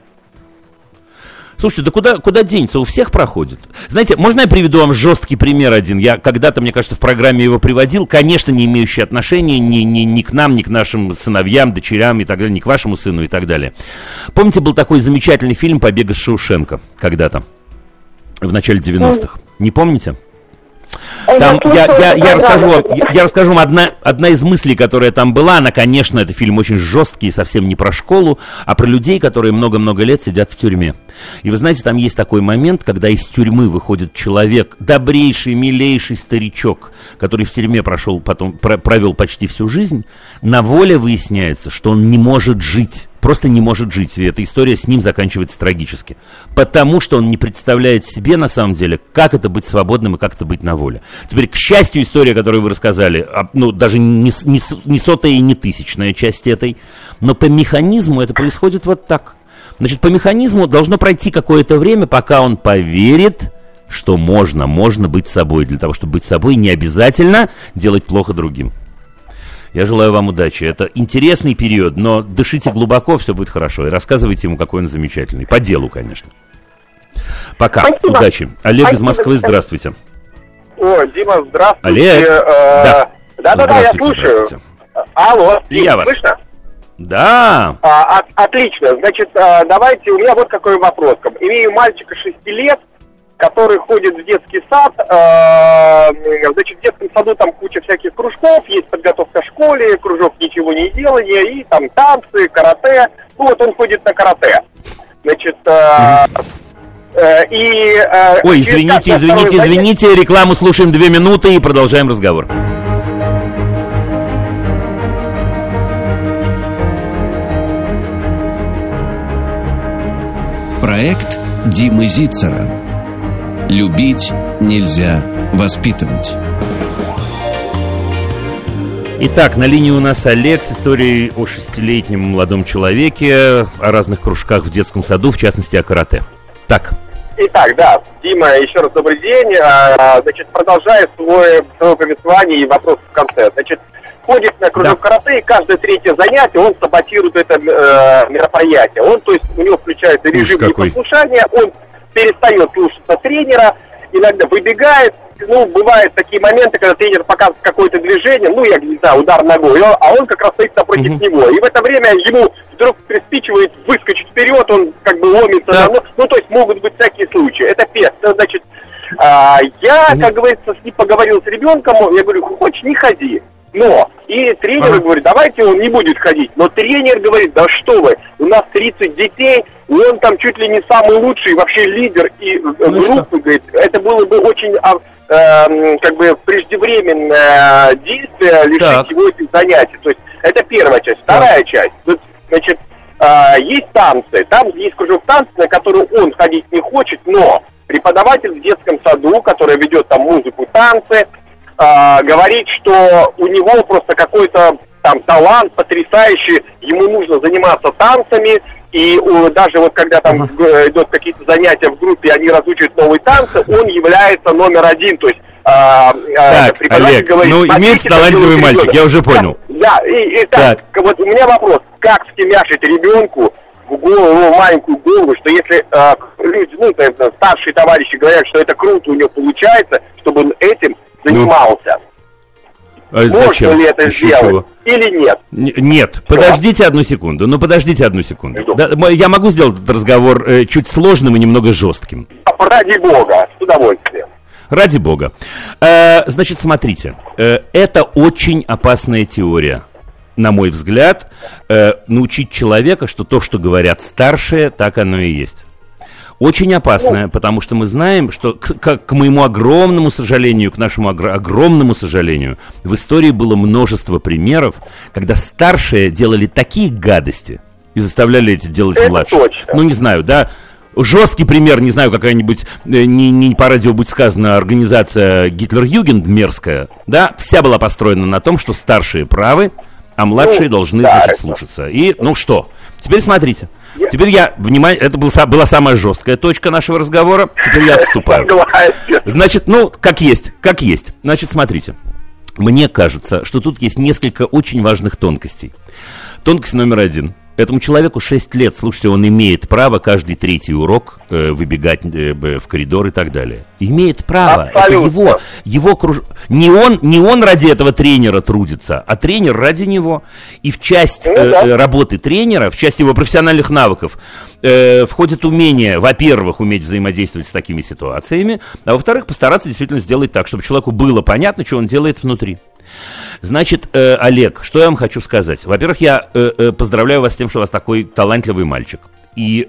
Слушайте, да куда денется? У всех проходит. Знаете, можно я приведу вам жесткий пример один? Я когда-то, мне кажется, в программе его приводил, конечно, не имеющий отношения ни к нам, ни к нашим сыновьям, дочерям и так далее, ни к вашему сыну и так далее. Помните, был такой замечательный фильм «Побег из Шоушенка» когда-то, в начале 90-х? Не помните? Там, я расскажу вам одна из мыслей, которая там была. Она, конечно, это фильм очень жесткий, совсем не про школу, а про людей, которые много-много лет сидят в тюрьме. И вы знаете, там есть такой момент, когда из тюрьмы выходит человек, добрейший, милейший старичок, который в тюрьме провел почти всю жизнь. На воле выясняется, что он не может жить. Просто не может жить, и эта история с ним заканчивается трагически. Потому что он не представляет себе, на самом деле, как это быть свободным и как это быть на воле. Теперь, к счастью, история, которую вы рассказали, ну, даже не сотая и не тысячная часть этой, но по механизму это происходит вот так. Значит, по механизму должно пройти какое-то время, пока он поверит, что можно быть собой. Для того, чтобы быть собой, не обязательно делать плохо другим. Я желаю вам удачи. Это интересный период, но дышите глубоко, все будет хорошо. И рассказывайте ему, какой он замечательный. По делу, конечно. Пока. Спасибо. Удачи. Олег из Москвы, здравствуйте. О, Дима, здравствуйте. Олег. Да, я слушаю. Алло, и я вас. Слышно? Да. Отлично. Значит, давайте, у меня вот какой вопрос. Имею мальчика 6 лет, который ходит в детский сад. Значит, в детском саду там куча всяких кружков, есть подготовка в школе, кружок ничего не делания, и там танцы, карате. Ну вот он ходит на карате. Значит, Ой, извините, рекламу слушаем 2 минуты и продолжаем разговор. Проект Димы Зицера. Любить нельзя воспитывать. Итак, на линии у нас Олег с историей о 6-летнем молодом человеке, о разных кружках в детском саду, в частности, о карате. Так. Итак, да, Дима, еще раз добрый день. Значит, продолжая свое повествование и вопрос в конце. Значит, ходит на кружок карате, и каждое третье занятие он саботирует это мероприятие. Он, то есть, у него включается режим непослушания, он перестает слушаться тренера, иногда выбегает. Ну, бывают такие моменты, когда тренер показывает какое-то движение, ну, я не знаю, удар ногой, а он как раз стоит напротив него. И в это время ему вдруг приспичивает выскочить вперед, он как бы ломится. Ну, то есть могут быть всякие случаи. Это первое. Значит, я, как говорится, с ним поговорил с ребенком, я говорю, хочешь, не ходи. Но, и тренер говорит, давайте он не будет ходить. Но тренер говорит, да что вы, у нас 30 детей, он там чуть ли не самый лучший, вообще лидер и группы, говорит, это было бы очень, как бы, преждевременное действие лишить его этих занятий. То есть, это первая часть. Вторая часть, значит, есть танцы, там есть кружок танцев, на который он ходить не хочет, но преподаватель в детском саду, который ведет там музыку, танцы, говорит, что у него просто какой-то там талант потрясающий, ему нужно заниматься танцами, и даже вот когда там идут какие-то занятия в группе, они разучивают новые танцы, он является номер один, то есть так, Олег, говорит, ну имеется талантливый мальчик, я уже понял. Да, и так, вот у меня вопрос, как скимяшить ребенку в голову, маленькую голову, что если люди, ну, старшие товарищи говорят, что это круто у него получается, чтобы он этим занимался. Зачем? Можно ли это сделать или нет? Нет, подождите одну секунду. Да, я могу сделать этот разговор чуть сложным и немного жестким. Ради бога, с удовольствием. Ради бога. Значит, смотрите, это очень опасная теория. На мой взгляд, научить человека, что то, что говорят старшие, так оно и есть. Очень опасная, потому что мы знаем, что, к моему огромному сожалению, к нашему огромному сожалению, в истории было множество примеров, когда старшие делали такие гадости и заставляли эти делать младших. Точно. Ну, не знаю, да. Жесткий пример, не знаю, какая-нибудь, не по радио будет сказано, организация Гитлер-Югенд мерзкая, да, вся была построена на том, что старшие правы, а младшие должны, значит, слушаться. И, ну что, теперь смотрите. Теперь это была самая жесткая точка нашего разговора. Теперь я отступаю. Значит, ну, как есть. Значит, смотрите. Мне кажется, что тут есть несколько очень важных тонкостей. Тонкость номер 1. Этому человеку 6 лет, слушайте, он имеет право каждый третий урок выбегать в коридор и так далее. Имеет право. Абсолютно. Это его не он ради этого тренера трудится, а тренер ради него. И в часть работы тренера, в часть его профессиональных навыков входит умение, во-первых, уметь взаимодействовать с такими ситуациями, а во-вторых, постараться действительно сделать так, чтобы человеку было понятно, что он делает внутри. Значит, Олег, что я вам хочу сказать? Во-первых, я поздравляю вас с тем, что у вас такой талантливый мальчик. И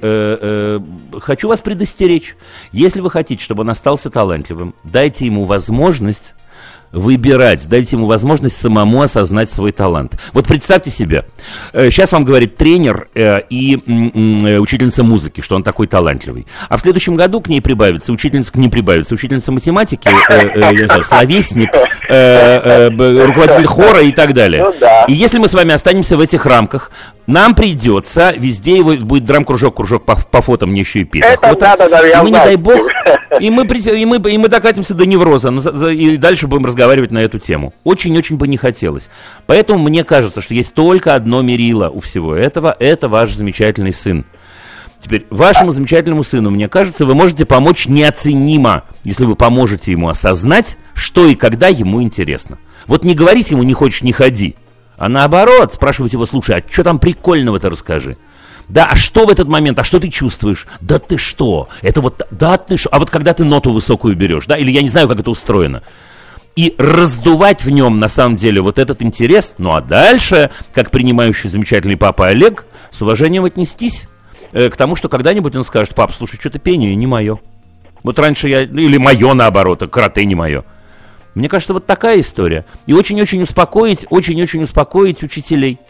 хочу вас предостеречь. Если вы хотите, чтобы он остался талантливым, дайте ему возможность выбирать, дайте ему возможность самому осознать свой талант. Вот представьте себе, сейчас вам говорит тренер и учительница музыки, что он такой талантливый. А в следующем году к ней прибавится учительница математики, я не знаю, словесник, руководитель хора и так далее. Ну, да. И если мы с вами останемся в этих рамках, нам придется, везде его будет драм-кружок по фото, мне еще и петь. Это я мы, не дай бог, и мы докатимся до невроза, и дальше будем разговаривать на эту тему. Очень-очень бы не хотелось. Поэтому мне кажется, что есть только одно мерило у всего этого, это ваш замечательный сын. Теперь, вашему замечательному сыну, мне кажется, вы можете помочь неоценимо, если вы поможете ему осознать, что и когда ему интересно. Вот не говорите ему «не хочешь, не ходи», а наоборот, спрашивать его: слушай, а что там прикольного-то расскажи? Да, а что в этот момент, а что ты чувствуешь? Да ты что? Это вот, да ты что? А вот когда ты ноту высокую берешь, да, или я не знаю, как это устроено. И раздувать в нем, на самом деле, вот этот интерес, ну а дальше, как принимающий замечательный папа Олег, с уважением отнестись к тому, что когда-нибудь он скажет: пап, слушай, что-то пение не мое. Вот раньше или мое наоборот, а карате не мое. Мне кажется, вот такая история. И очень-очень успокоить учителей.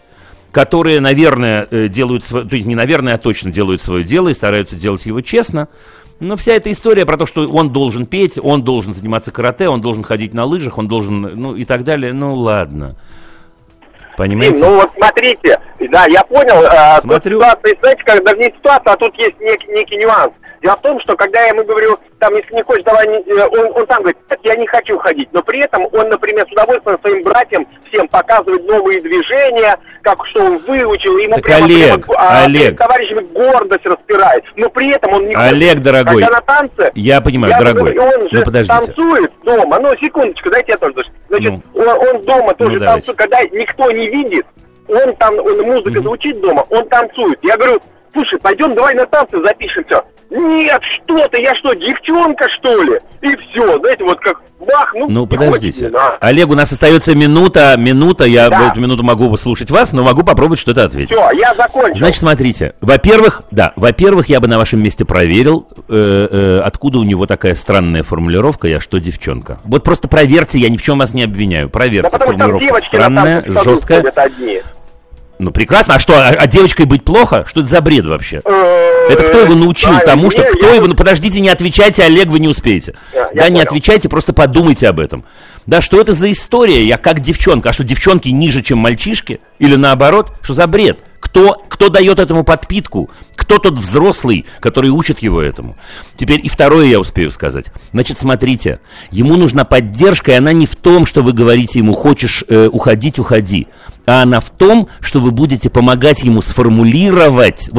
которые, наверное, делают свое, то есть не наверное, а точно делают свое дело и стараются делать его честно. Но вся эта история про то, что он должен петь, он должен заниматься карате, он должен ходить на лыжах, он должен, ну и так далее, ну ладно. Понимаете? Ну вот смотрите, да, я понял. Смотрю. Тут ситуация, знаете, как даже не ситуация, а тут есть некий нюанс. Дело в том, что когда я ему говорю, там, если не хочешь, давай, он сам говорит, нет, я не хочу ходить. Но при этом он, например, с удовольствием своим братьям всем показывает новые движения, как что он выучил. Ему так, прямо, Олег, товарищами гордость распирает. Но при этом он не хочет. Олег, дорогой, когда на танце, я понимаю, дорогой, он же подождите. танцует дома. Ну, секундочку, дайте я тоже. Значит, он дома тоже танцует, когда никто не видит. Он там, музыка звучит дома, он танцует. Я говорю, слушай, пойдем, давай на танцы запишемся. Нет, что ты, я что, девчонка, что ли? И все, знаете, вот как бах, ну подождите, Олег, у нас остается минута, я в эту минуту могу послушать вас, но могу попробовать что-то ответить. Все, я закончил. Значит, смотрите, во-первых, я бы на вашем месте проверил, откуда у него такая странная формулировка, я что, девчонка. Вот просто проверьте, я ни в чем вас не обвиняю, проверьте, да, формулировка странная, жесткая. Ну, прекрасно. А что, а девочкой быть плохо? Что это за бред вообще? Это кто его научил тому, что... Ну, подождите, не отвечайте, Олег, вы не успеете. Да, не отвечайте, просто подумайте об этом. Да, что это за история? Я как девчонка. А что, девчонки ниже, чем мальчишки? Или наоборот? Что за бред? Кто дает этому подпитку? Кто тот взрослый, который учит его этому? Теперь и второе я успею сказать. Значит, смотрите, ему нужна поддержка, и она не в том, что вы говорите ему, хочешь уходить, уходи. А она в том, что вы будете помогать ему сформулировать,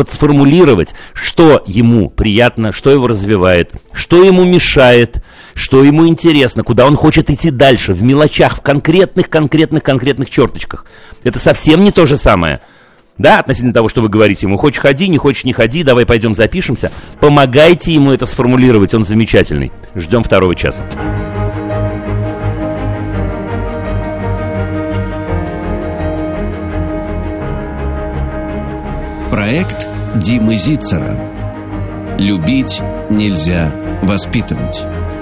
что ему приятно, что его развивает, что ему мешает, что ему интересно, куда он хочет идти дальше, в мелочах, в конкретных черточках. Это совсем не то же самое. Да, относительно того, что вы говорите ему, хочешь ходи, не хочешь не ходи, давай пойдем запишемся. Помогайте ему это сформулировать, он замечательный. Ждем второго часа. Проект Димы Зицера. Любить нельзя воспитывать.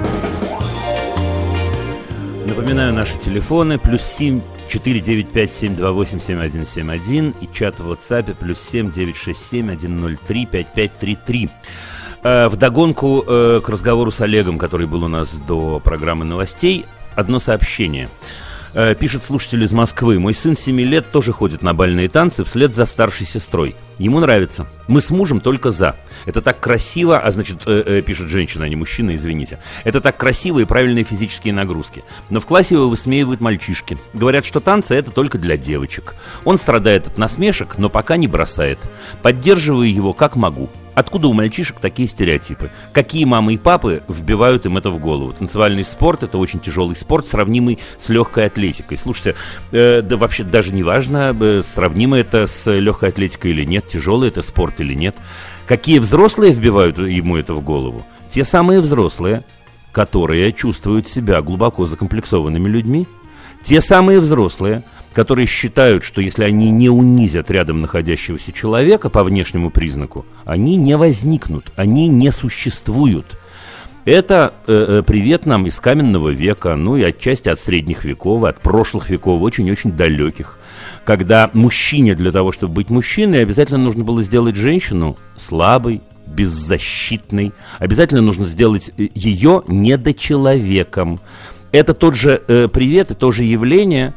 Напоминаю, наши телефоны +7 495 728 7171 и чат в WhatsApp +7 967 103 5533. Вдогонку к разговору с Олегом, который был у нас до программы новостей, одно сообщение. Пишет слушатель из Москвы. Мой сын 7 лет тоже ходит на бальные танцы вслед за старшей сестрой. Ему нравится. Мы с мужем только за. Это так красиво, пишет женщина, а не мужчина, извините. Это так красиво и правильные физические нагрузки. Но в классе его высмеивают мальчишки. Говорят, что танцы это только для девочек. Он страдает от насмешек, но пока не бросает. Поддерживаю его как могу. Откуда у мальчишек такие стереотипы? Какие мамы и папы вбивают им это в голову? Танцевальный спорт – это очень тяжелый спорт, сравнимый с легкой атлетикой. Слушайте, да вообще даже не важно, сравнимо это с легкой атлетикой или нет, тяжелый это спорт или нет. Какие взрослые вбивают ему это в голову? Те самые взрослые, которые чувствуют себя глубоко закомплексованными людьми. Те самые взрослые, которые считают, что если они не унизят рядом находящегося человека по внешнему признаку, они не возникнут, они не существуют. Это привет нам из каменного века, ну и отчасти от средних веков, от прошлых веков, очень-очень далеких. Когда мужчине для того, чтобы быть мужчиной, обязательно нужно было сделать женщину слабой, беззащитной. Обязательно нужно сделать ее недочеловеком. Это тот же привет и то же явление,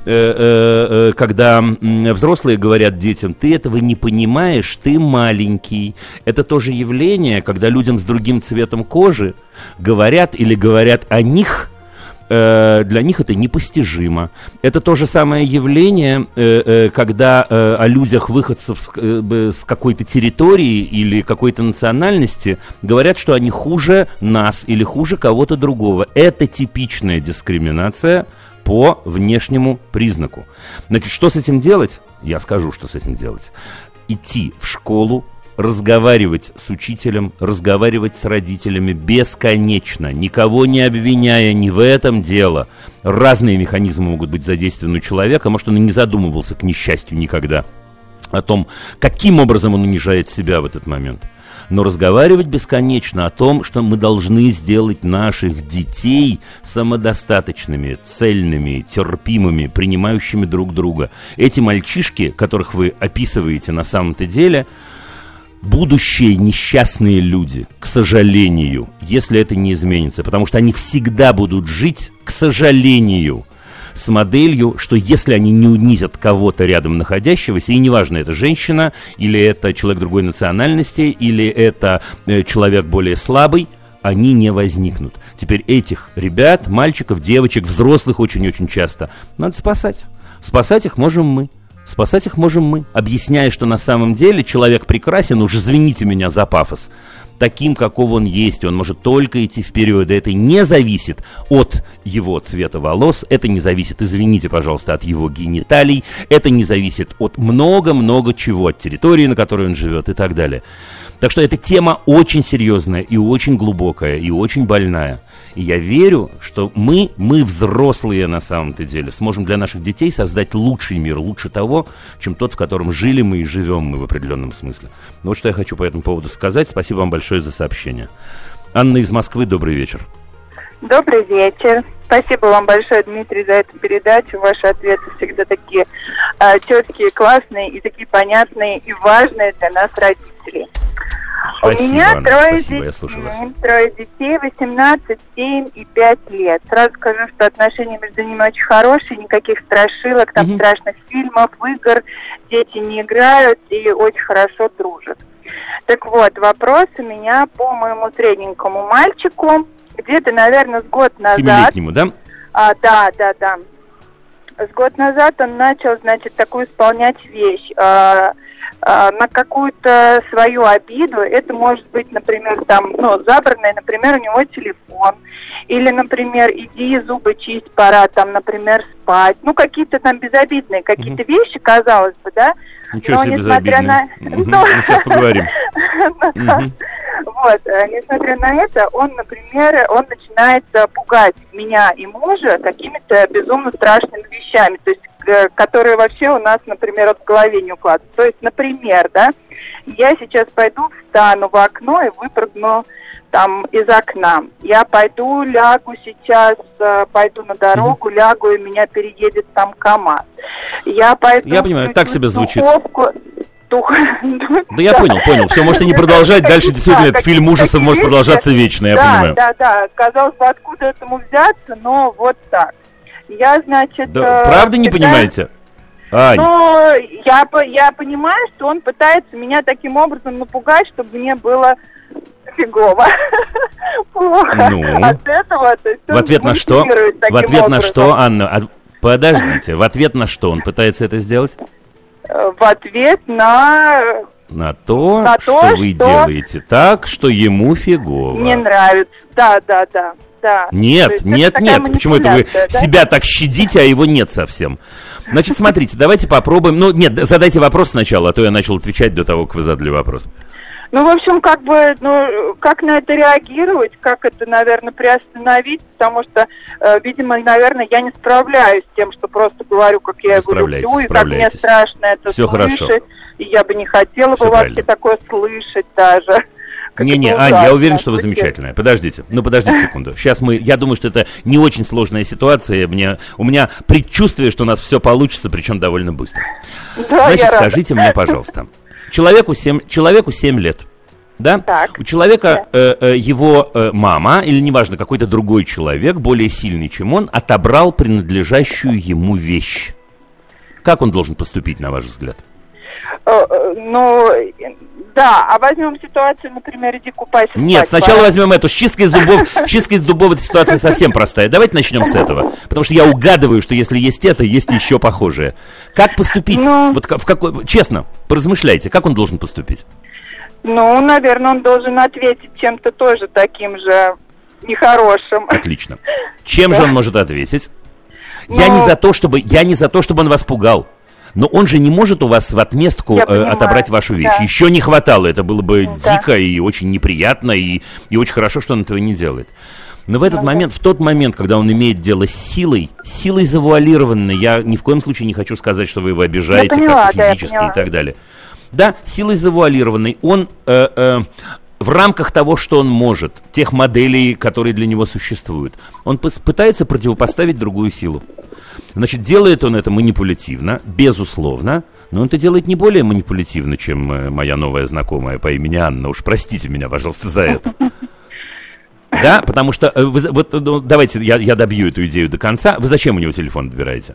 когда взрослые говорят детям: ты этого не понимаешь, ты маленький. Это то же явление, когда людям с другим цветом кожи говорят о них, для них это непостижимо. Это то же самое явление, когда о людях, выходцев с какой-то территории или какой-то национальности говорят, что они хуже нас или хуже кого-то другого. Это типичная дискриминация по внешнему признаку. Значит, что с этим делать? Я скажу, что с этим делать. Идти в школу, разговаривать с учителем, разговаривать с родителями бесконечно, никого не обвиняя, не в этом дело. Разные механизмы могут быть задействованы у человека, может, он и не задумывался, к несчастью, никогда о том, каким образом он унижает себя в этот момент. Но разговаривать бесконечно о том, что мы должны сделать наших детей самодостаточными, цельными, терпимыми, принимающими друг друга. Эти мальчишки, которых вы описываете на самом-то деле, будущие несчастные люди, к сожалению, если это не изменится, потому что они всегда будут жить, к сожалению, с моделью, что если они не унизят кого-то рядом находящегося, и неважно, это женщина, или это человек другой национальности, или это человек более слабый, они не возникнут. Теперь этих ребят, мальчиков, девочек, взрослых очень-очень часто надо спасать. Спасать их можем мы. Спасать их можем мы, объясняя, что на самом деле человек прекрасен, уж извините меня за пафос, таким, каков он есть, он может только идти вперед, и это не зависит от его цвета волос, это не зависит, извините, пожалуйста, от его гениталий, это не зависит от много-много чего, от территории, на которой он живет и так далее. Так что эта тема очень серьезная и очень глубокая, и очень больная. И я верю, что мы взрослые на самом-то деле, сможем для наших детей создать лучший мир, лучше того, чем тот, в котором жили мы и живем мы в определенном смысле. Ну вот что я хочу по этому поводу сказать. Спасибо вам большое за сообщение. Анна из Москвы, добрый вечер. Добрый вечер. Спасибо вам большое, Дмитрий, за эту передачу. Ваши ответы всегда такие четкие, классные и такие понятные и важные для нас, родителей. Спасибо, У меня Анна, трое детей, 18, 7 и 5 лет. Сразу скажу, что отношения между ними очень хорошие, никаких страшилок, там страшных фильмов, игр, дети не играют и очень хорошо дружат. Так вот, вопрос у меня по моему средненькому мальчику, где-то, наверное, с год назад. 7-летнему, да? Да. С год назад он начал, значит, такую исполнять вещь. На какую-то свою обиду, это может быть, например, там, забранный, например, у него телефон, или, например, иди зубы чисть, пора, там, например, спать, какие-то там безобидные какие-то вещи, казалось бы, да? Ничего себе безобидные. Сейчас поговорим. Вот, несмотря на это, он, например, начинает пугать меня и мужа какими-то безумно страшными вещами, то есть которые вообще у нас, например, в голове не укладываются. То есть, например, да, я сейчас пойду, встану в окно и выпрыгну там из окна. Я пойду, лягу сейчас, пойду на дорогу, лягу, и меня переедет там КамАЗ. Я понимаю, так себе звучит. Да я понял. Все, можете не продолжать. Дальше действительно этот фильм ужасов может продолжаться вечно, я понимаю. Да. Казалось бы, откуда этому взяться, но вот так. Я, значит... Да, правда не понимаете? Ань. Я понимаю, что он пытается меня таким образом напугать, чтобы мне было фигово. Плохо. От этого... В ответ на что? Анна? Подождите. В ответ на что он пытается это сделать? В ответ на то, что вы делаете так, что ему фигово. Не нравится. Да. Нет. Почему это вы себя так щадите, а его нет совсем? Значит, смотрите, давайте попробуем. Задайте вопрос сначала, а то я начал отвечать до того, как вы задали вопрос. В общем, как на это реагировать, как это, наверное, приостановить, потому что, видимо, наверное, я не справляюсь с тем, что просто говорю, как я его люблю, и как мне страшно это все слышать, хорошо. И я бы не хотела бы вообще такое слышать даже. Ань, я уверен, что вы замечательная. Подождите секунду. Сейчас я думаю, что это не очень сложная ситуация. У меня предчувствие, что у нас все получится, причем довольно быстро. Значит, скажите мне, пожалуйста. Человеку 7 лет. Да? Так. У человека его мама, или неважно, какой-то другой человек, более сильный, чем он, отобрал принадлежащую ему вещь. Как он должен поступить, на ваш взгляд? Да, а возьмем ситуацию, например, иди купайся. Нет, сначала возьмем эту. С чисткой из зубов эта ситуация совсем простая. Давайте начнем с этого. Потому что я угадываю, что если есть это, есть еще похожее. Как поступить? Честно, поразмышляйте, как он должен поступить? Наверное, он должен ответить чем-то тоже таким же нехорошим. Отлично. Чем же он может ответить? Я не за то, чтобы он вас пугал. Но он же не может у вас в отместку отобрать вашу вещь. Да. Еще не хватало. Это было бы дико и очень неприятно, и очень хорошо, что он этого не делает. Но в этот момент, в тот момент, когда он имеет дело с силой завуалированной, я ни в коем случае не хочу сказать, что вы его обижаете как-то физически и так далее. Да, силой завуалированной. Он в рамках того, что он может, тех моделей, которые для него существуют, он пытается противопоставить другую силу. Значит, делает он это манипулятивно, безусловно, но он это делает не более манипулятивно, чем моя новая знакомая по имени Анна. Уж простите меня, пожалуйста, за это. Да, потому что, давайте я добью эту идею до конца. Вы зачем у него телефон отбираете?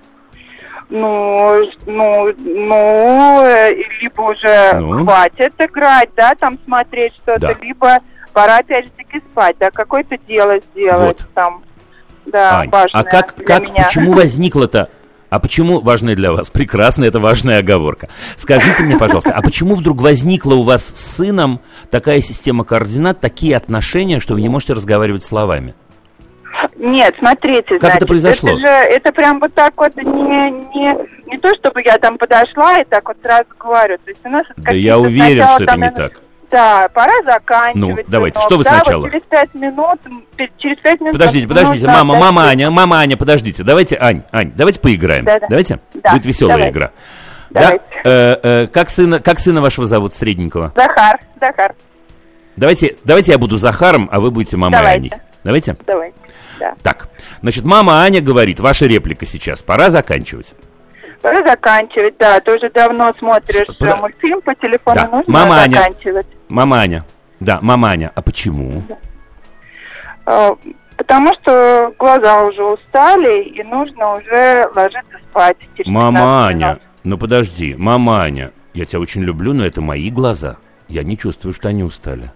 Либо уже хватит играть, да, там смотреть что-то, либо пора опять-таки спать, да, какое-то дело сделать там, да, Ань, важное для меня. Почему возникло-то? А почему важное для вас? Прекрасно, это важная оговорка. Скажите мне, пожалуйста, а почему вдруг возникла у вас с сыном такая система координат, такие отношения, что вы не можете разговаривать словами? Нет, смотрите, как это произошло? Это прям вот так вот не то, чтобы я там подошла и так вот сразу говорю. То есть у нас да я уверен, что это не так. Да, пора заканчивать. Ну, давайте, что вы сначала? Вот через 5 минут. Подождите, мама Аня, подождите. Давайте, Ань, давайте поиграем. Да. Давайте? Да. Будет веселая игра. Давайте. Да? Как сына вашего зовут, средненького? Захар. Давайте я буду Захаром, а вы будете мамой Аней. Давайте? Давайте. Да. Так, значит, мама Аня говорит, ваша реплика сейчас, пора заканчивать. Пора заканчивать, да, ты уже давно смотришь мультфильм по телефону, да. Нужно заканчивать. Мама Аня, а почему? Да. Потому что глаза уже устали, и нужно уже ложиться спать. Мама Аня, ну подожди, мама Аня, я тебя очень люблю, но это мои глаза, я не чувствую, что они устали.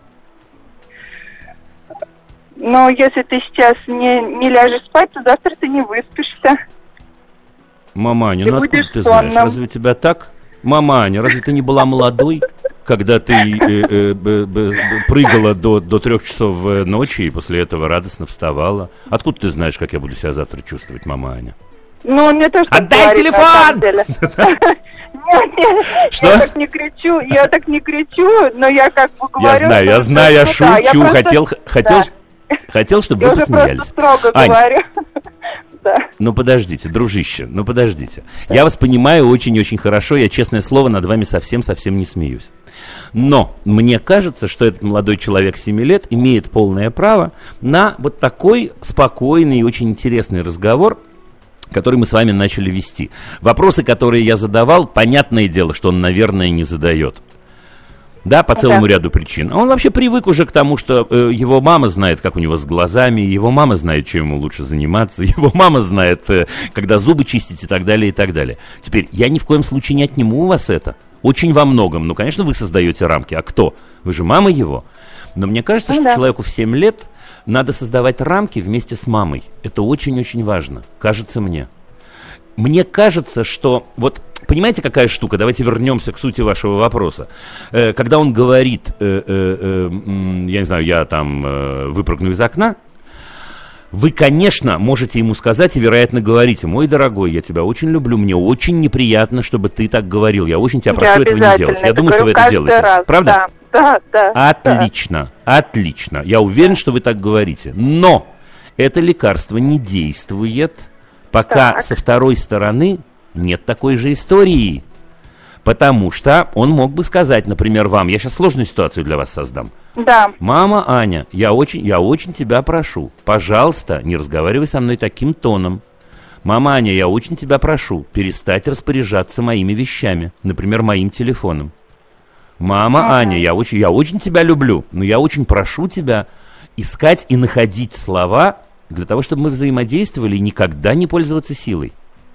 Но если ты сейчас не ляжешь спать, то завтра ты не выспишься. Мама Аня, ну откуда ты знаешь? Разве у тебя так? Мама Аня, разве ты не была молодой, когда ты прыгала до 3 часов ночи и после этого радостно вставала? Откуда ты знаешь, как я буду себя завтра чувствовать, мама Аня? Ну, мне тоже отдай телефон! Нет, что? Я так не кричу, но я как бы говорю... Я знаю, я шучу, хотел, чтобы вы посмеялись. Я просто строго говорю. Да. Ну подождите, дружище, Я вас понимаю очень-очень хорошо, я, честное слово, над вами совсем-совсем не смеюсь. Но мне кажется, что этот молодой человек 7 лет имеет полное право на вот такой спокойный и очень интересный разговор, который мы с вами начали вести. Вопросы, которые я задавал, понятное дело, что он, наверное, не задает. Да, по целому ряду причин. А он вообще привык уже к тому, что его мама знает, как у него с глазами, его мама знает, чем ему лучше заниматься, его мама знает, когда зубы чистить и так далее, и так далее. Теперь, я ни в коем случае не отниму у вас это. Очень во многом. Ну, конечно, вы создаете рамки. А кто? Вы же мама его. Но мне кажется, что человеку в 7 лет надо создавать рамки вместе с мамой. Это очень-очень важно. Кажется мне. Мне кажется, что... Вот, понимаете, какая штука? Давайте вернемся к сути вашего вопроса. Когда он говорит, я не знаю, я там выпрыгну из окна, вы, конечно, можете ему сказать и, вероятно, говорите: мой дорогой, я тебя очень люблю, мне очень неприятно, чтобы ты так говорил. Я очень тебя прошу этого не делать. Я думаю, что вы это делаете. Раз. Правда? Да. Отлично. Я уверен, что вы так говорите. Но это лекарство не действует, пока со второй стороны нет такой же истории. Потому что он мог бы сказать, например, вам: я сейчас сложную ситуацию для вас создам. Да. Мама Аня, я очень тебя прошу, пожалуйста, не разговаривай со мной таким тоном. Мама Аня, я очень тебя прошу перестать распоряжаться моими вещами, например, моим телефоном. Мама Аня, я очень тебя люблю, но я очень прошу тебя искать и находить слова для того, чтобы мы взаимодействовали и никогда не пользоваться силой.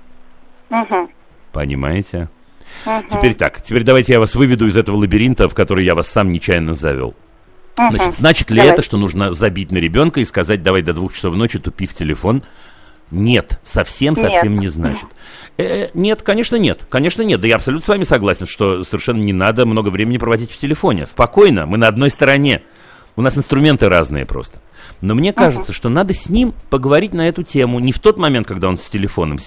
Понимаете? Теперь давайте я вас выведу из этого лабиринта, в который я вас сам нечаянно завел. Значит ли это, что нужно забить на ребенка и сказать: давай до 2 часов ночи тупи в телефон? Нет, совсем не значит. Нет, конечно нет. Да я абсолютно с вами согласен, что совершенно не надо много времени проводить в телефоне. Спокойно, мы на одной стороне. У нас инструменты разные просто. Но мне кажется, что надо с ним поговорить на эту тему не в тот момент, когда он с телефоном сидит,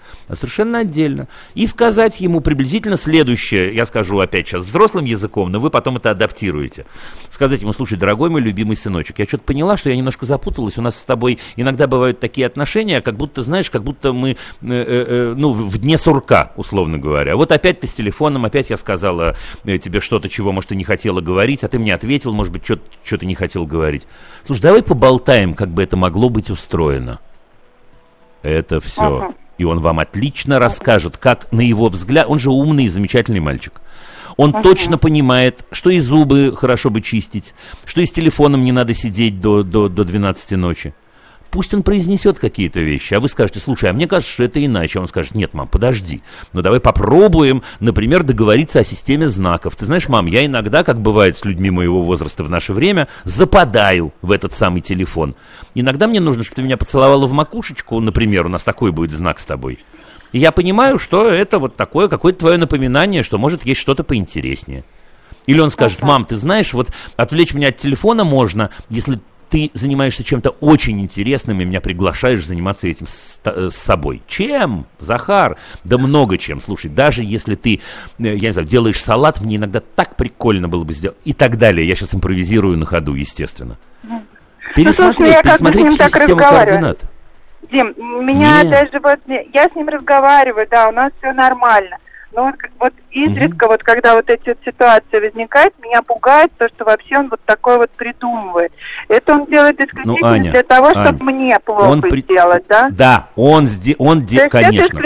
а совершенно отдельно. И сказать ему приблизительно следующее, я скажу опять сейчас взрослым языком, но вы потом это адаптируете. Сказать ему: слушай, дорогой мой любимый сыночек, я что-то поняла, что я немножко запуталась, у нас с тобой иногда бывают такие отношения, как будто, знаешь, как будто мы, в дне сурка, условно говоря. Вот опять ты с телефоном, опять я сказала тебе что-то, чего, может, ты не хотела говорить, а ты мне ответил, может быть, что ты не хотел говорить. Слушай, давай поболтаем, как бы это могло быть устроено. Это все. И он вам отлично расскажет, как, на его взгляд, он же умный и замечательный мальчик. Он точно понимает, что и зубы хорошо бы чистить, что и с телефоном не надо сидеть до 12 ночи. Пусть он произнесет какие-то вещи, а вы скажете: слушай, а мне кажется, что это иначе. Он скажет: нет, мам, подожди, ну давай попробуем, например, договориться о системе знаков. Ты знаешь, мам, я иногда, как бывает с людьми моего возраста в наше время, западаю в этот самый телефон. Иногда мне нужно, чтобы ты меня поцеловала в макушечку, например, у нас такой будет знак с тобой. И я понимаю, что это вот такое какое-то твое напоминание, что, может, есть что-то поинтереснее. Или он скажет: мам, ты знаешь, вот отвлечь меня от телефона можно, если ты занимаешься чем-то очень интересным и меня приглашаешь заниматься этим с собой. Чем, Захар? Да много чем. Слушай, даже если ты, я не знаю, делаешь салат, мне иногда так прикольно было бы сделать. И так далее. Я сейчас импровизирую на ходу, естественно. Пересмотреть всю систему координат. Дим, меня даже вот, я с ним разговариваю, да, у нас все нормально. Но вот изредка, вот когда вот эти вот ситуации возникают, меня пугает то, что вообще он вот такой вот придумывает. Это он делает исключительно для того, чтобы мне плохо сделать, да? Да, конечно.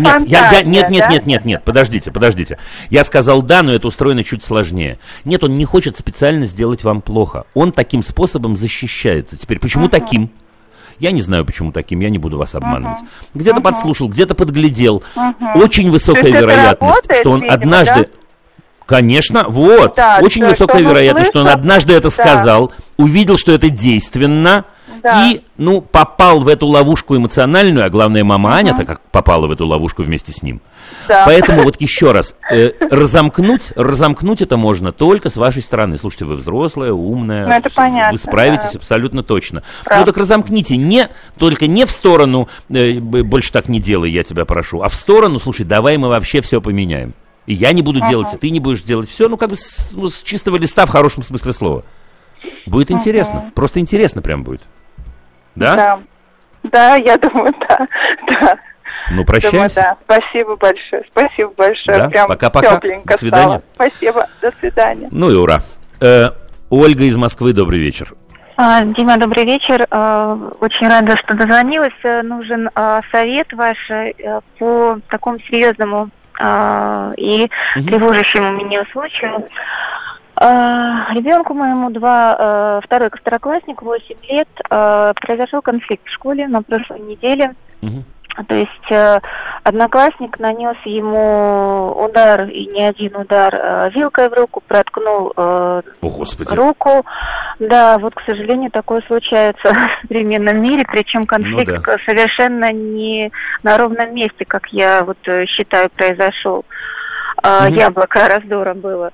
Нет, подождите. Я сказал да, но это устроено чуть сложнее. Нет, он не хочет специально сделать вам плохо. Он таким способом защищается. Теперь, почему таким? Я не знаю, почему таким, я не буду вас обманывать. Где-то подслушал, где-то подглядел. Очень высокая вероятность, что он однажды... Да? Конечно, вот. Да, очень высокая вероятность, что он однажды это сказал, увидел, что это действенно, и, попал в эту ловушку эмоциональную, а главное, мама Аня-то как попала в эту ловушку вместе с ним. Да. Поэтому вот еще раз, разомкнуть это можно только с вашей стороны. Слушайте, вы взрослая, умная, это понятно, вы справитесь абсолютно точно. Правда. Так разомкните, только не в сторону, больше так не делай, я тебя прошу, а в сторону: слушай, давай мы вообще все поменяем. И я не буду делать, и ты не будешь делать. Все, с чистого листа в хорошем смысле слова. Будет интересно, просто интересно прям будет. Да? Да, я думаю, да. Ну, прощаемся. Думаю, да. Спасибо большое. Да? Прям пока-пока. Тепленько до свидания. Стало. Спасибо, до свидания. Ну и ура. Ольга из Москвы, добрый вечер. Дима, добрый вечер. Очень рада, что дозвонилась. Нужен совет ваш по такому серьезному и тревожащему меня случаю. Ребенку моему второй второклассник, 8 лет, произошел конфликт в школе на прошлой неделе. То есть одноклассник нанес ему удар, и не один удар, вилкой в руку, проткнул руку. Да, вот, к сожалению, такое случается в современном мире, причем конфликт совершенно не на ровном месте, как я считаю, произошел. Яблоко раздора было.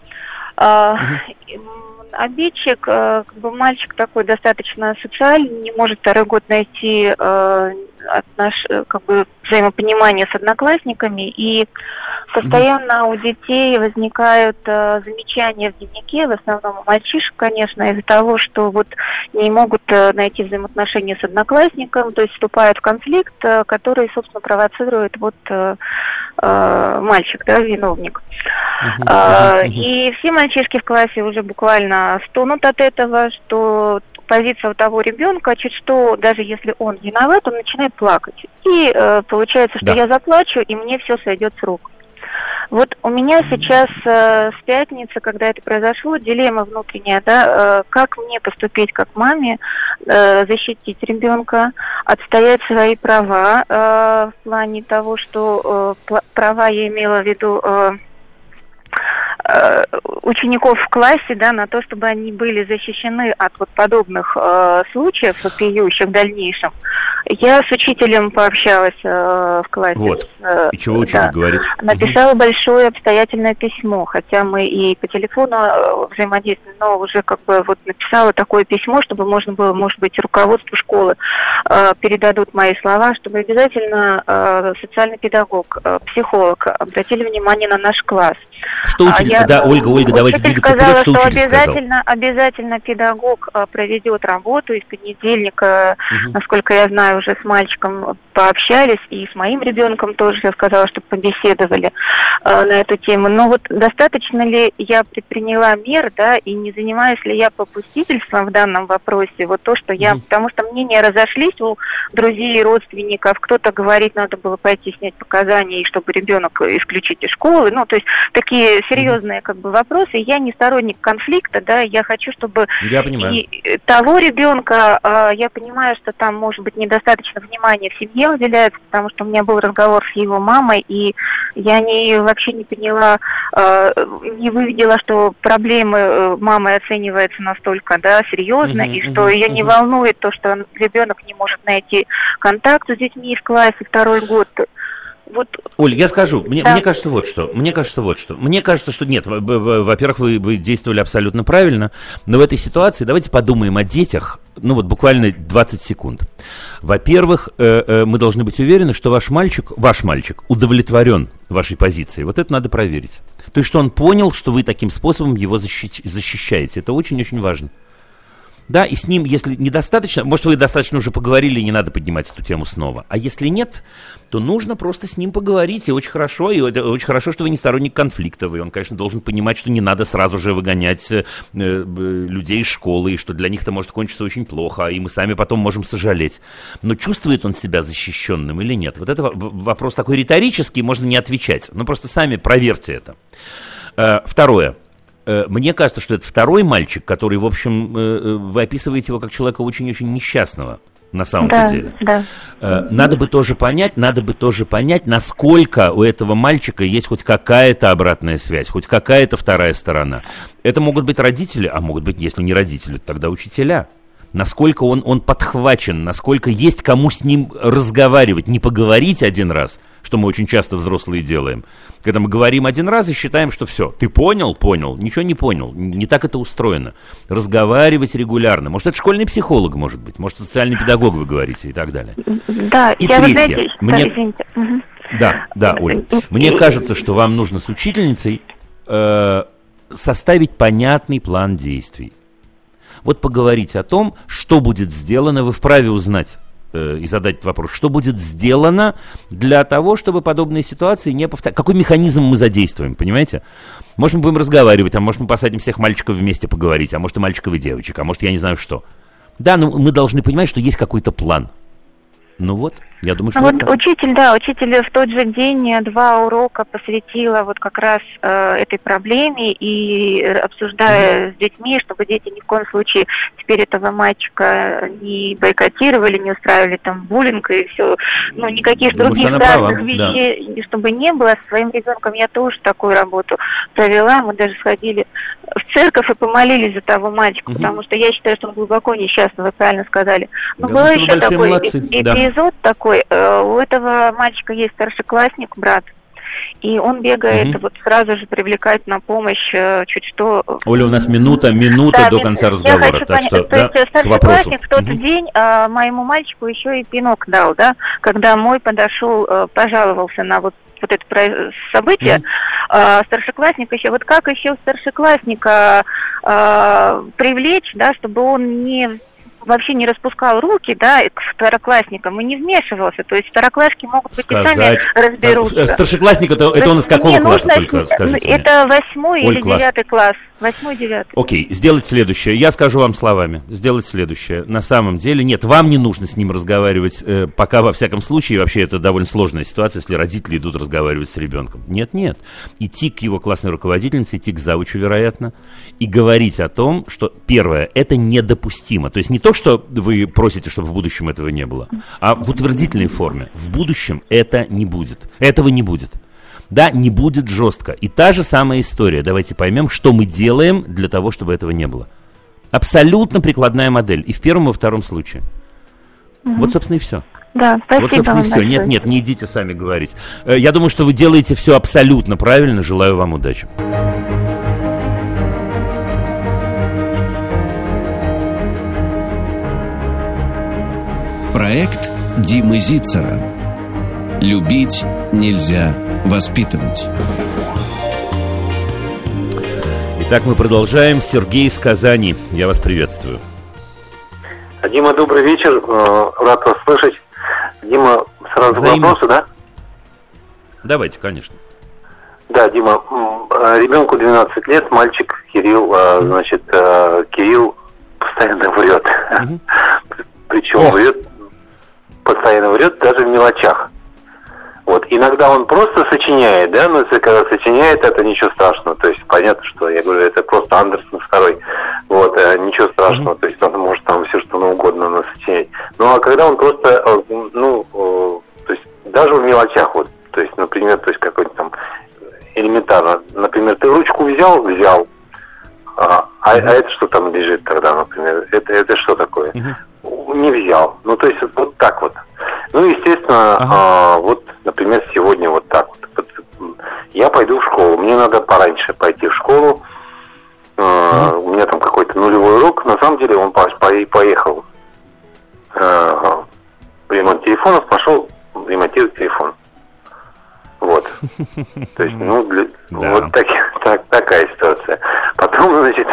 Обидчик, мальчик такой достаточно социальный, не может второй год найти взаимопонимание с одноклассниками, и постоянно у детей возникают замечания в дневнике, в основном у мальчишек, конечно, из-за того, что не могут найти взаимоотношения с одноклассником, то есть вступают в конфликт, который, собственно, провоцирует мальчик, виновник. И все мальчишки в классе уже буквально стонут от этого, что позиция у того ребенка, чуть что, даже если он виноват, он начинает плакать. И получается, что я заплачу, и мне все сойдет с рук. Вот у меня сейчас с пятницы, когда это произошло, дилемма внутренняя, как мне поступить как маме, защитить ребенка, отстоять свои права в плане того, что права я имела в виду учеников в классе, на то, чтобы они были защищены от подобных случаев, вопиющих в дальнейшем. Я с учителем пообщалась в классе. Вот. И чего учитель говорит? Написала большое обстоятельное письмо, хотя мы и по телефону взаимодействуем, но уже как бы вот написала такое письмо, чтобы можно было, может быть, руководству школы передадут мои слова, чтобы обязательно социальный педагог, психолог обратили внимание на наш класс. Что учитель? Да, Ольга, давайте двигаться вперед. Что учитель сказал? Обязательно педагог проведет работу, и с понедельника, насколько я знаю, уже с мальчиком пообщались, и с моим ребенком тоже я сказала, чтобы побеседовали на эту тему. Но вот достаточно ли я предприняла мер, да, и не занимаюсь ли я попустительством в данном вопросе? Вот то, что я, потому что мнения разошлись у друзей и родственников, кто-то говорит, надо было пойти снять показания, и чтобы ребенок исключить из школы, ну, то есть такие серьезные как бы вопросы. Я не сторонник конфликта, да, я хочу, чтобы и того ребенка, я понимаю, что там, может быть, недостаточно внимания в семье уделяется, потому что у меня был разговор с его мамой, и я вообще не поняла, не увидела, что проблемы мамы оцениваются настолько, да, серьезно, и что ее не волнует то, что ребенок не может найти контакт с детьми в классе второй год. Вот. Оль, я скажу, мне кажется вот что. Мне кажется, что нет, во-первых, вы действовали абсолютно правильно, но в этой ситуации давайте подумаем о детях, ну вот буквально 20 секунд. Во-первых, мы должны быть уверены, что ваш мальчик удовлетворен вашей позицией. Вот это надо проверить. То есть, что он понял, что вы таким способом его защищаете. Это очень-очень важно. Да, и с ним, если недостаточно, может, вы достаточно уже поговорили, и не надо поднимать эту тему снова. А если нет, то нужно просто с ним поговорить, и очень хорошо, что вы не сторонник конфликта. И он, конечно, должен понимать, что не надо сразу же выгонять людей из школы, и что для них это может кончиться очень плохо, и мы сами потом можем сожалеть. Но чувствует он себя защищенным или нет? Вот это вопрос такой риторический, можно не отвечать. Но просто сами проверьте это. Второе. Мне кажется, что это второй мальчик, который, в общем, вы описываете его как человека очень-очень несчастного, на самом-то деле. Да. Надо бы тоже понять, насколько у этого мальчика есть хоть какая-то обратная связь, хоть какая-то вторая сторона. Это могут быть родители, а могут быть, если не родители, то тогда учителя. Насколько он подхвачен, насколько есть кому с ним разговаривать, не поговорить один раз, что мы очень часто взрослые делаем. Когда мы говорим один раз и считаем, что все, ты понял, ничего не понял, не так это устроено. Разговаривать регулярно. Может, это школьный психолог, может социальный педагог, вы говорите, и так далее. Да, и третье. Да, Оля. Мне кажется, что вам нужно с учительницей составить понятный план действий. Вот поговорить о том, что будет сделано, вы вправе узнать и задать вопрос, что будет сделано для того, чтобы подобные ситуации не повторялись. Какой механизм мы задействуем, понимаете? Может, мы будем разговаривать, а может, мы посадим всех мальчиков вместе поговорить, а может, и мальчиков, и девочек, а может, я не знаю что. Да, но мы должны понимать, что есть какой-то план. Ну вот, я думаю, что... Вот учитель в тот же день 2 урока посвятила вот как раз этой проблеме и обсуждая с детьми, чтобы дети ни в коем случае теперь этого мальчика не бойкотировали, не устраивали там буллинг и все, ну никаких других страшных вещей, чтобы не было. Со своим ребенком я тоже такую работу провела, мы даже сходили в церковь и помолились за того мальчика, потому что я считаю, что он глубоко несчастный, вы правильно сказали. Но был еще такой эпизод такой, у этого мальчика есть старшеклассник, брат, и он бегает, вот сразу же привлекает на помощь чуть что... Оля, у нас минута до конца разговора, так что, то есть старшеклассник в тот день моему мальчику еще и пинок дал, да, когда мой подошел, пожаловался на вот это событие, старшеклассника еще, вот как еще старшеклассника привлечь, да, чтобы он вообще не распускал руки, да, к второклассникам и не вмешивался. То есть второклассники могут быть и сами разберутся. Старшеклассник это он из какого класса, только скажите мне? Это 8 или 9 класс. 8-9. Окей, сделать следующее. Я скажу вам словами. Сделать следующее. На самом деле, нет, вам не нужно с ним разговаривать, пока во всяком случае, вообще это довольно сложная ситуация, если родители идут разговаривать с ребенком. Нет. Идти к его классной руководительнице, идти к завучу, вероятно, и говорить о том, что, первое, это недопустимо. То есть не то, что вы просите, чтобы в будущем этого не было, а в утвердительной форме. В будущем это не будет. Этого не будет. Да, не будет жестко. И та же самая история. Давайте поймем, что мы делаем для того, чтобы этого не было. Абсолютно прикладная модель. И в первом, и во втором случае. Вот, собственно, и все. Да, спасибо. Вот, собственно, и все. Большое. Нет, не идите сами говорить. Я думаю, что вы делаете все абсолютно правильно. Желаю вам удачи. Проект Димы Зицера. Любить нельзя воспитывать. Итак, мы продолжаем. Сергей из Казани. Я вас приветствую. Дима, добрый вечер. Рад вас слышать. Дима, сразу вопросы, да? Давайте, конечно. Да, Дима, ребенку 12 лет, мальчик Кирилл, значит, Кирилл постоянно врет. Причем врет, постоянно врет даже в мелочах. Вот, иногда он просто сочиняет, да, но если когда сочиняет, это ничего страшного, то есть понятно, что, я говорю, это просто Андерсон второй, вот, ничего страшного, то есть он может там все что угодно насочинять. Ну, а когда он просто, то есть даже в мелочах, вот, то есть, например, то есть какой-то там элементарно, например, ты ручку взял, а это что там лежит тогда, например, это что такое? Не взял, ну, то есть вот так вот. Ну, естественно, вот, например, сегодня вот так вот. Я пойду в школу, мне надо пораньше пойти в школу, у меня там какой-то нулевой урок, на самом деле он поехал в ремонт телефонов, пошел ремонтировать телефон. Вот. То есть, вот такая ситуация. Потом, значит,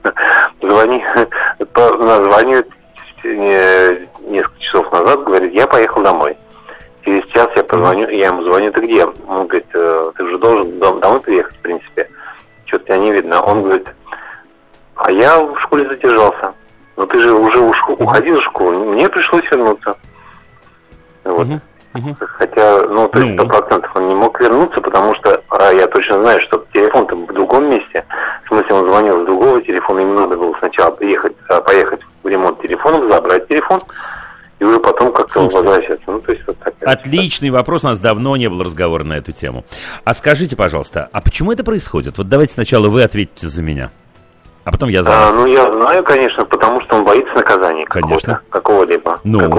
звонит несколько часов назад, говорит, я поехал домой. Через час я позвоню, я ему звоню, ты где? Он говорит, ты уже должен домой приехать, в принципе. Что-то тебя не видно. Он говорит, а я в школе задержался. Но ты же уже уходил из школы, мне пришлось вернуться. Вот. Хотя, то есть 100% он не мог вернуться, потому что я точно знаю, что телефон-то в другом месте. В смысле, он звонил с другого телефона, ему надо было сначала поехать в ремонт телефона, забрать телефон, и уже потом как-то возвращаться. То есть вот такая отличный вопрос, у нас давно не было разговора на эту тему. А скажите, пожалуйста, а почему это происходит? Вот давайте сначала вы ответите за меня, а потом я за вас. Я знаю, конечно, потому что он боится наказания. Конечно. Какого-либо.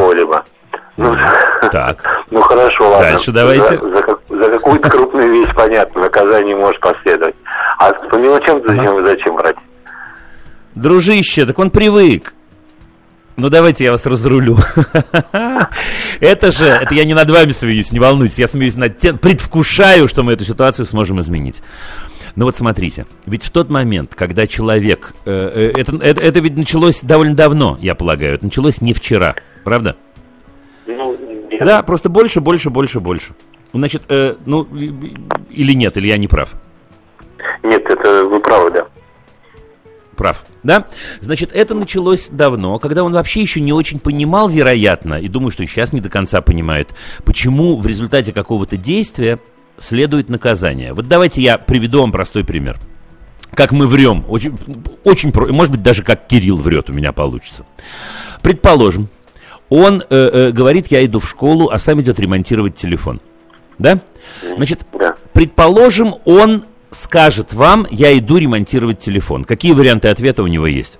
Так. Ну хорошо, ладно. Дальше давайте. За какую-то крупную вещь, понятно, наказание может последовать. А по мелочам зачем брать? Дружище, так он привык. Ну давайте я вас разрулю. Это я не над вами смеюсь, не волнуйтесь. Я смеюсь над тем, предвкушаю, что мы эту ситуацию сможем изменить. Ну вот смотрите, ведь в тот момент, когда человек... Это ведь началось довольно давно, я полагаю. Это началось не вчера, правда? Да, просто больше. Значит, или нет, или я не прав? Нет, это вы правы, да. Прав, да? Значит, это началось давно, когда он вообще еще не очень понимал, вероятно, и думаю, что и сейчас не до конца понимает, почему в результате какого-то действия следует наказание. Вот давайте я приведу вам простой пример. Как мы врем, очень, может быть, даже как Кирилл врет, у меня получится. Предположим, он говорит, я иду в школу, а сам идет ремонтировать телефон. Да? Значит, предположим, он скажет вам, я иду ремонтировать телефон. Какие варианты ответа у него есть?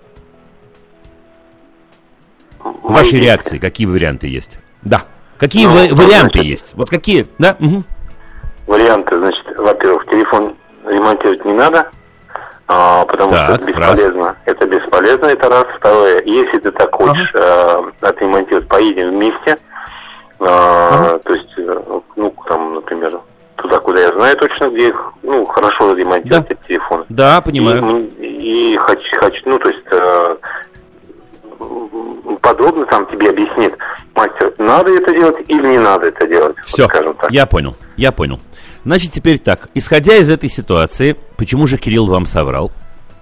Ваши реакции, какие варианты есть? Да. Какие варианты есть? Вот какие? Да? Варианты, значит, во-первых, телефон ремонтировать не надо. Потому что это бесполезно. Это бесполезно, это раз. Второе, если ты так хочешь отремонтировать, поедем вместе. То есть, там, например, туда, куда я знаю точно, где их, хорошо ремонтировать этот телефон. Да, понимаю. И хочу, то есть, подробно там тебе объяснит, мастер, надо это делать или не надо это делать. Все, вот, скажем так. Я понял. Значит, теперь так, исходя из этой ситуации, почему же Кирилл вам соврал?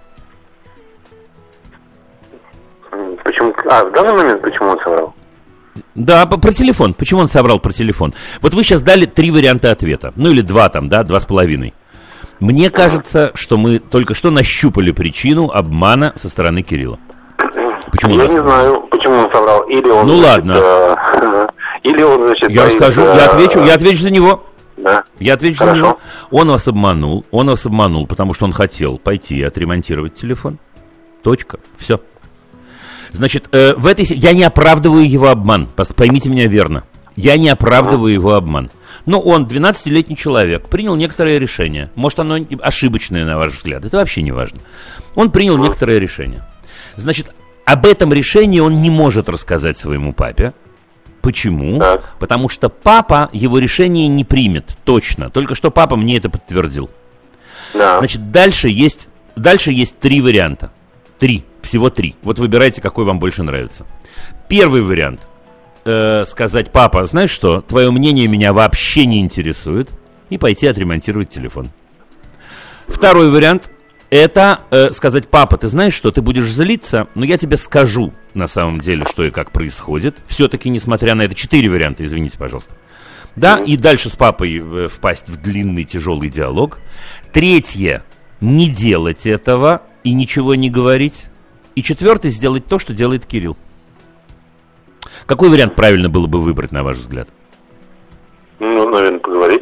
Почему? В данный момент почему он соврал? Да, про телефон. Почему он соврал про телефон? Вот вы сейчас дали 3 варианта ответа. Или 2 там, да, 2,5. Мне кажется, что мы только что нащупали причину обмана со стороны Кирилла. Почему я не знаю, почему он соврал. Или он, ладно. Или он, значит... Я расскажу, я отвечу за него. Да. Я отвечу за него. Он вас обманул, потому что он хотел пойти и отремонтировать телефон. Точка. Все. Значит, я не оправдываю его обман, поймите меня верно. Я не оправдываю его обман. Но он, 12-летний человек, принял некоторое решение. Может, оно ошибочное, на ваш взгляд. Это вообще не важно. Он принял некоторое решение. Значит, об этом решении он не может рассказать своему папе. Почему? Потому что папа его решение не примет. Точно. Только что папа мне это подтвердил. Значит, дальше есть 3 варианта. Всего 3. Вот выбирайте, какой вам больше нравится. Первый вариант. Сказать: папа, знаешь что, твое мнение меня вообще не интересует, и пойти отремонтировать телефон. Второй вариант — это сказать: папа, ты знаешь что, ты будешь злиться, но я тебе скажу на самом деле, что и как происходит. Все-таки, несмотря на это, 4 варианта, извините, пожалуйста. Да, и дальше с папой впасть в длинный тяжелый диалог. Третье — не делать этого и ничего не говорить. И четвертый — сделать то, что делает Кирилл. Какой вариант правильно было бы выбрать, на ваш взгляд? Ну, наверное, поговорить.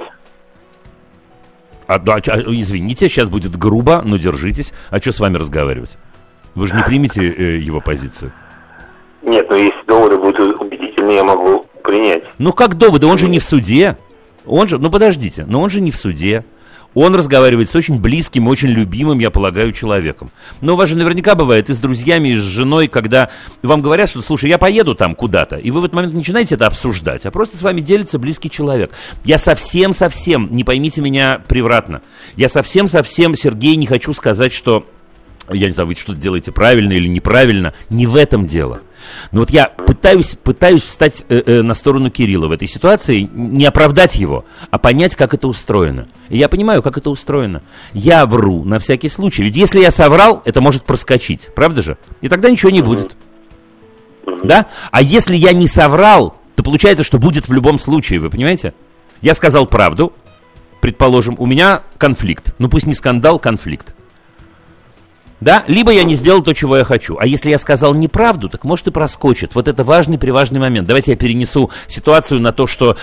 Извините, сейчас будет грубо, но держитесь. А что с вами разговаривать? Вы же не примете его позицию. Нет, но если доводы будут убедительные, я могу принять. Ну как доводы? Он же не в суде. Подождите, но он же не в суде. Он разговаривает с очень близким, очень любимым, я полагаю, человеком. Но у вас же наверняка бывает и с друзьями, и с женой, когда вам говорят, что, слушай, я поеду там куда-то, и вы в этот момент начинаете это обсуждать, а просто с вами делится близкий человек. Я совсем, не поймите меня превратно, я совсем, Сергей, не хочу сказать, что, я не знаю, вы что-то делаете правильно или неправильно, не в этом дело. Но вот я пытаюсь встать на сторону Кирилла в этой ситуации, не оправдать его, а понять, как это устроено. И я понимаю, как это устроено. Я вру на всякий случай. Ведь если я соврал, это может проскочить, правда же? И тогда ничего не будет. Да? А если я не соврал, то получается, что будет в любом случае, вы понимаете? Я сказал правду, предположим, у меня конфликт. Ну пусть не скандал, конфликт. Да, либо я не сделал то, чего я хочу. А если я сказал неправду, так может и проскочит. Вот это важный момент. Давайте я перенесу ситуацию на то, что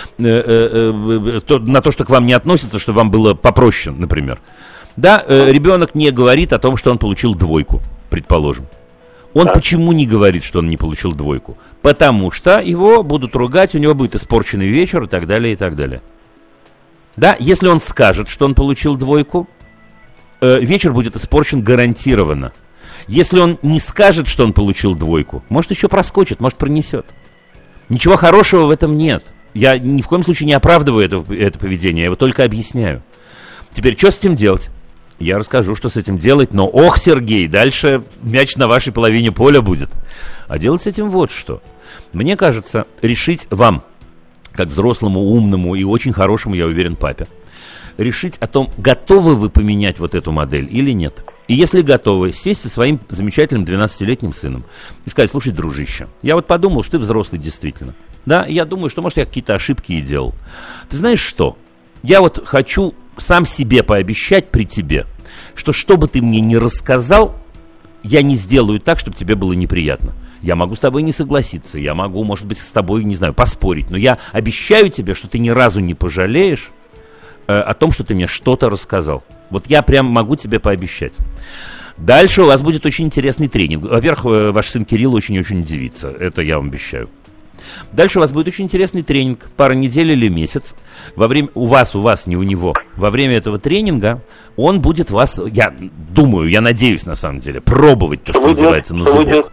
к вам не относится, чтобы вам было попроще, например. Да, ребенок не говорит о том, что он получил 2, предположим. Он почему не говорит, что он не получил 2? Потому что его будут ругать, у него будет испорченный вечер и так далее, и так далее. Да, если он скажет, что он получил 2, вечер будет испорчен гарантированно. Если он не скажет, что он получил 2, может еще проскочит, может пронесет. Ничего хорошего в этом нет. Я ни в коем случае не оправдываю это поведение, я его только объясняю. Теперь, что с этим делать? Я расскажу, что с этим делать, но, Сергей, дальше мяч на вашей половине поля будет. А делать с этим вот что. Мне кажется, решить вам, как взрослому, умному и очень хорошему, я уверен, папе, решить о том, готовы вы поменять вот эту модель или нет. И если готовы, сесть со своим замечательным 12-летним сыном и сказать: слушай, дружище, я вот подумал, что ты взрослый действительно. Да, я думаю, что, может, я какие-то ошибки и делал. Ты знаешь что? Я вот хочу сам себе пообещать при тебе, что бы ты мне ни рассказал, я не сделаю так, чтобы тебе было неприятно. Я могу с тобой не согласиться, я могу, может быть, с тобой, не знаю, поспорить, но я обещаю тебе, что ты ни разу не пожалеешь о том, что ты мне что-то рассказал. Вот я прям могу тебе пообещать. Дальше у вас будет очень интересный тренинг. Во-первых, ваш сын Кирилл очень-очень удивится. Это я вам обещаю. Дальше у вас будет очень интересный тренинг. Пара недель или месяц. У вас, не у него. Во время этого тренинга он будет вас, я надеюсь, на самом деле, пробовать то, что называется, на зубок.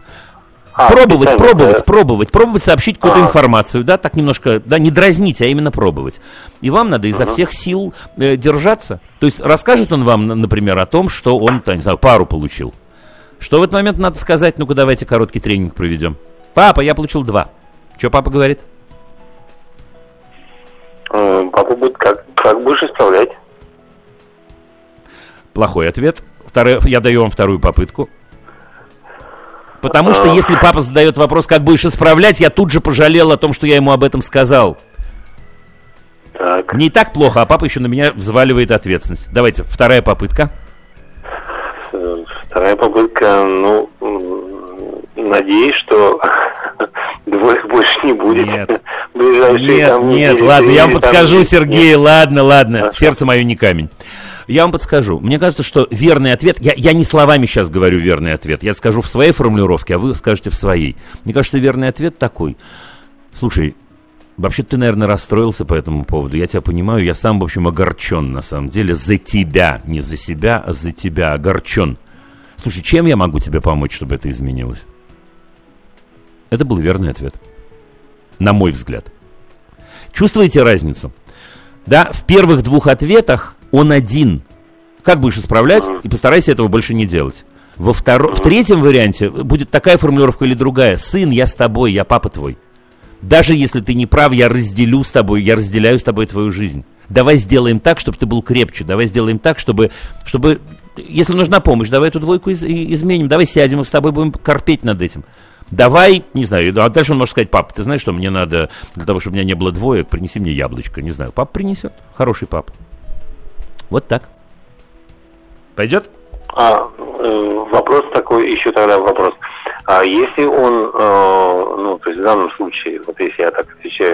Пробовать сообщить какую-то информацию, да, так немножко, да, не дразнить, а именно пробовать. И вам надо изо всех сил держаться. То есть расскажет он вам, например, о том, что он, не знаю, пару получил. Что в этот момент надо сказать? Ну-ка, давайте короткий тренинг проведем. Папа, я получил 2. Что папа говорит? Папа будет как будешь исправлять. Плохой ответ. Я даю вам вторую попытку. Потому что если папа задает вопрос, как будешь исправлять, я тут же пожалел о том, что я ему об этом сказал. Так. Мне и так плохо, а папа еще на меня взваливает ответственность. Давайте, вторая попытка. Вторая попытка, надеюсь, что 2 больше не будет. Нет, ладно, я вам подскажу, Сергей, ладно, сердце мое не камень. Я вам подскажу. Мне кажется, что верный ответ... Я не словами сейчас говорю верный ответ. Я скажу в своей формулировке, а вы скажете в своей. Мне кажется, верный ответ такой. Слушай, вообще ты, наверное, расстроился по этому поводу. Я тебя понимаю. Я сам, в общем, огорчен, на самом деле. За тебя. Не за себя, а за тебя. Огорчен. Слушай, чем я могу тебе помочь, чтобы это изменилось? Это был верный ответ. На мой взгляд. Чувствуете разницу? Да, в первых двух ответах он один. Как будешь исправлять, и постарайся этого больше не делать. В третьем варианте будет такая формулировка или другая. Сын, я с тобой, я папа твой. Даже если ты не прав, я разделяю с тобой твою жизнь. Давай сделаем так, чтобы ты был крепче. Давай сделаем так, чтобы если нужна помощь, давай эту двойку изменим. Давай сядем и с тобой будем корпеть над этим. Давай, не знаю, а дальше он может сказать: папа, ты знаешь, что мне надо, для того, чтобы у меня не было двоек, принеси мне яблочко, не знаю. Папа принесет, хороший папа. Вот так. Пойдет? Вопрос такой, еще тогда вопрос. А если он, то есть в данном случае, вот если я так отвечаю,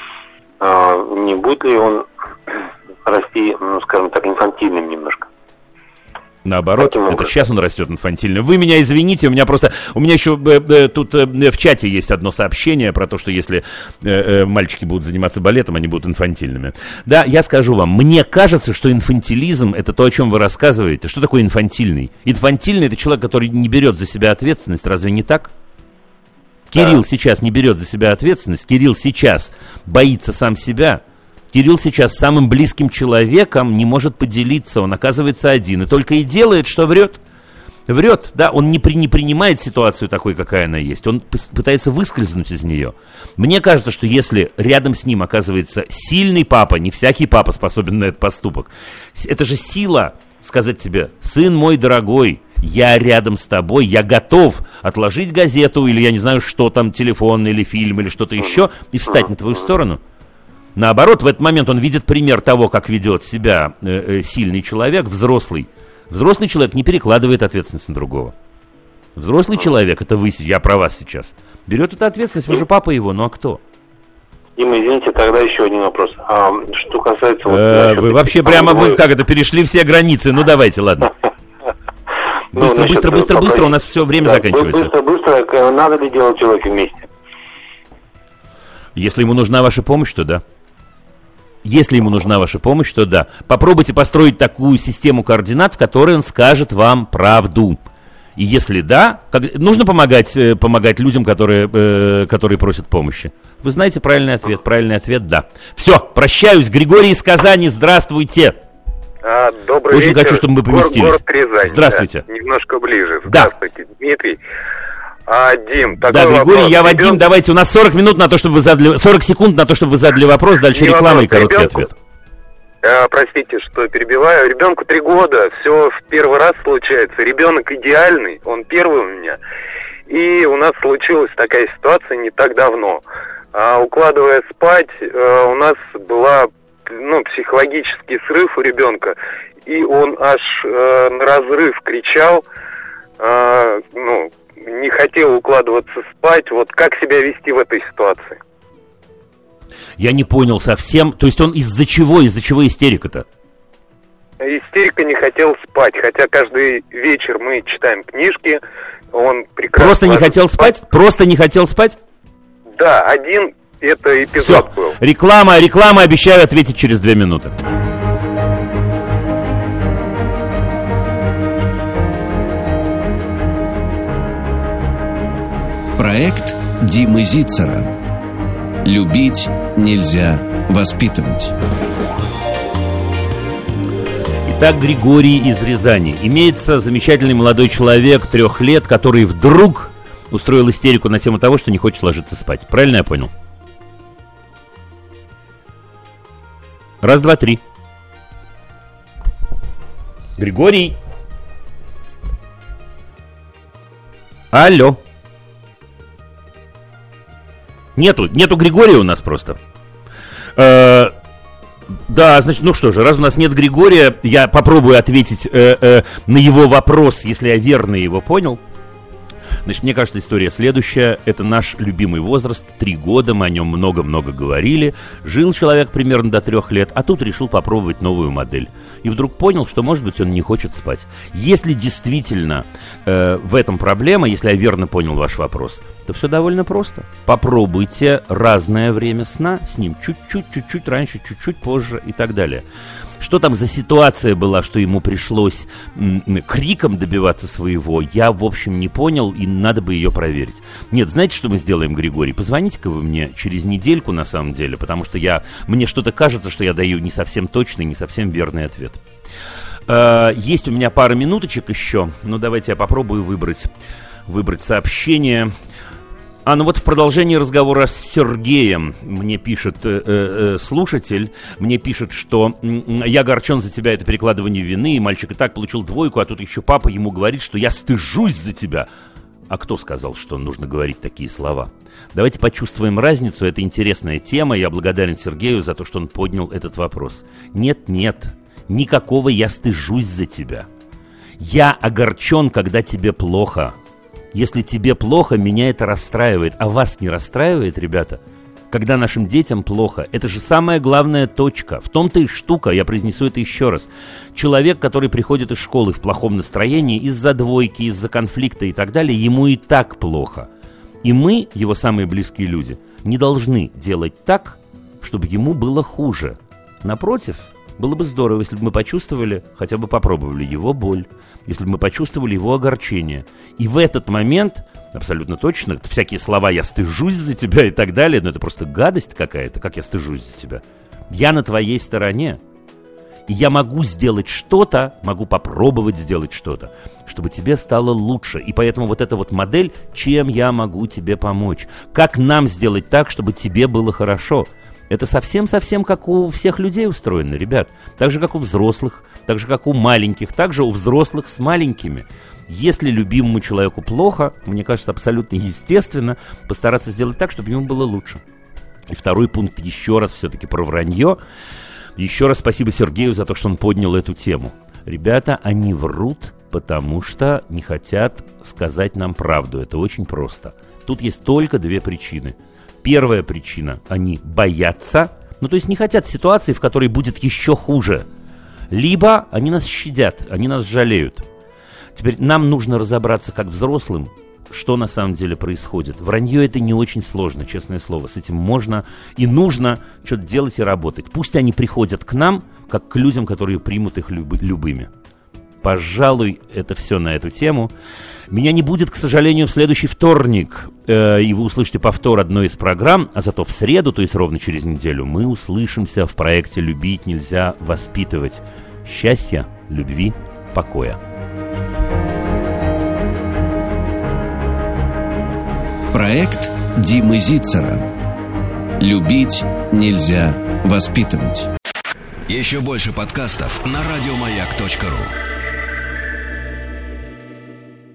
не будет ли он расти, скажем так, инфантильным немножко? Наоборот, это сейчас он растет инфантильно. Вы меня извините, у меня еще тут в чате есть одно сообщение про то, что если мальчики будут заниматься балетом, они будут инфантильными. Да, я скажу вам, мне кажется, что инфантилизм — это то, о чем вы рассказываете. Что такое инфантильный? Инфантильный — это человек, который не берет за себя ответственность, разве не так? Кирилл сейчас не берет за себя ответственность, Кирилл сейчас боится сам себя. Кирилл сейчас с самым близким человеком не может поделиться, он оказывается один. И только и делает, что врет. Врет, да, он не принимает ситуацию такой, какая она есть. Он пытается выскользнуть из нее. Мне кажется, что если рядом с ним оказывается сильный папа, не всякий папа способен на этот поступок. Это же сила сказать тебе: сын мой дорогой, я рядом с тобой, я готов отложить газету или, я не знаю, что там, телефон или фильм или что-то еще, и встать на твою сторону. Наоборот, в этот момент он видит пример того, как ведет себя сильный человек, взрослый. Взрослый человек не перекладывает ответственность на другого. Взрослый человек, это вы, я про вас сейчас, берет эту ответственность, вы же папа его, ну а кто? Дима, извините, тогда еще один вопрос. Что касается... вы вообще прямо, вы как это, перешли все границы, ну давайте, ладно. Быстро, у нас все время заканчивается. Быстро, надо ли делать уроки вместе? Если ему нужна ваша помощь, то да. Если ему нужна ваша помощь, то да. Попробуйте построить такую систему координат, в которой он скажет вам правду. И если да, нужно помогать людям, которые просят помощи. Вы знаете правильный ответ. Правильный ответ – да. Все, прощаюсь. Григорий из Казани, здравствуйте. Добрый Очень вечер. Хочу, чтобы мы поместились. Город Рязань. Здравствуйте. Да, немножко ближе. Да. Здравствуйте, Дмитрий. Дим, такой да, Григорий, вопрос. я Вадим, давайте, у нас 40 минут на то, чтобы вы задали, 40 секунд на то, чтобы вы задали вопрос, дальше реклама и короткий ответ. Простите, что перебиваю. Ребенку 3 года, все в первый раз случается. Ребенок идеальный, он первый у меня. И у нас случилась такая ситуация не так давно. Укладывая спать, у нас была психологический срыв у ребенка. И он аж на разрыв кричал, не хотел укладываться спать. Вот как себя вести в этой ситуации? Я не понял совсем. То есть он из-за чего истерика-то? Истерика, не хотел спать. Хотя каждый вечер мы читаем книжки. Он прекрасно... Просто не хотел спать? Просто не хотел спать? Да, один это эпизод Все. был. Реклама, обещаю ответить через 2 минуты. Проект Димы Зицера. Любить нельзя воспитывать. Итак, Григорий из Рязани. Имеется замечательный молодой человек 3 лет, который вдруг устроил истерику на тему того, что не хочет ложиться спать. Правильно я понял? 1, 2, 3. Григорий. Алло. Нету Григория у нас просто. Да, значит, ну что же, раз у нас нет Григория, я попробую ответить на его вопрос, если я верно его понял. Значит, мне кажется, история следующая. Это наш любимый возраст, 3 года, мы о нем много-много говорили. Жил человек примерно до 3 лет, а тут решил попробовать новую модель. И вдруг понял, что, может быть, он не хочет спать. Если действительно в этом проблема, если я верно понял ваш вопрос, то все довольно просто. Попробуйте разное время сна с ним. Чуть-чуть раньше, чуть-чуть позже и так далее. Что там за ситуация была, что ему пришлось криком добиваться своего, я, в общем, не понял, и надо бы ее проверить. Нет, знаете, что мы сделаем, Григорий? Позвоните-ка вы мне через недельку, на самом деле, потому что мне что-то кажется, что я даю не совсем точный, не совсем верный ответ. Есть у меня пара минуточек еще, но давайте я попробую выбрать сообщение. Ну вот в продолжении разговора с Сергеем мне пишет слушатель, мне пишет, что я огорчен за тебя, это перекладывание вины, и мальчик и так получил 2, а тут еще папа ему говорит, что я стыжусь за тебя. А кто сказал, что нужно говорить такие слова? Давайте почувствуем разницу, это интересная тема, я благодарен Сергею за то, что он поднял этот вопрос. Нет, никакого я стыжусь за тебя. Я огорчен, когда тебе плохо. Если тебе плохо, меня это расстраивает. А вас не расстраивает, ребята? Когда нашим детям плохо, это же самая главная точка. В том-то и штука, я произнесу это еще раз. Человек, который приходит из школы в плохом настроении из-за двойки, из-за конфликта и так далее, ему и так плохо. И мы, его самые близкие люди, не должны делать так, чтобы ему было хуже. Напротив, было бы здорово, если бы мы почувствовали, хотя бы попробовали его боль, если бы мы почувствовали его огорчение. И в этот момент, абсолютно точно, всякие слова «я стыжусь за тебя» и так далее, но это просто гадость какая-то, как я стыжусь за тебя. Я на твоей стороне. И я могу сделать что-то, могу попробовать сделать что-то, чтобы тебе стало лучше. И поэтому вот эта вот модель, чем я могу тебе помочь, как нам сделать так, чтобы тебе было хорошо. Это совсем-совсем как у всех людей устроено, ребят. Так же, как у взрослых, так же, как у маленьких, так же у взрослых с маленькими. Если любимому человеку плохо, мне кажется, абсолютно естественно постараться сделать так, чтобы ему было лучше. И второй пункт еще раз все-таки про вранье. Еще раз спасибо Сергею за то, что он поднял эту тему. Ребята, они врут, потому что не хотят сказать нам правду. Это очень просто. Тут есть только 2 причины. Первая причина – они боятся, то есть не хотят ситуации, в которой будет еще хуже. Либо они нас щадят, они нас жалеют. Теперь нам нужно разобраться как взрослым, что на самом деле происходит. Вранье – это не очень сложно, честное слово. С этим можно и нужно что-то делать и работать. Пусть они приходят к нам, как к людям, которые примут их любыми. Пожалуй, это все на эту тему. Меня не будет, к сожалению, в следующий вторник. И вы услышите повтор одной из программ, а зато в среду, то есть ровно через неделю, мы услышимся в проекте «Любить нельзя воспитывать». Счастья, любви, покоя. Проект Димы Зицера. Любить нельзя воспитывать. Еще больше подкастов на радиомаяк.ру.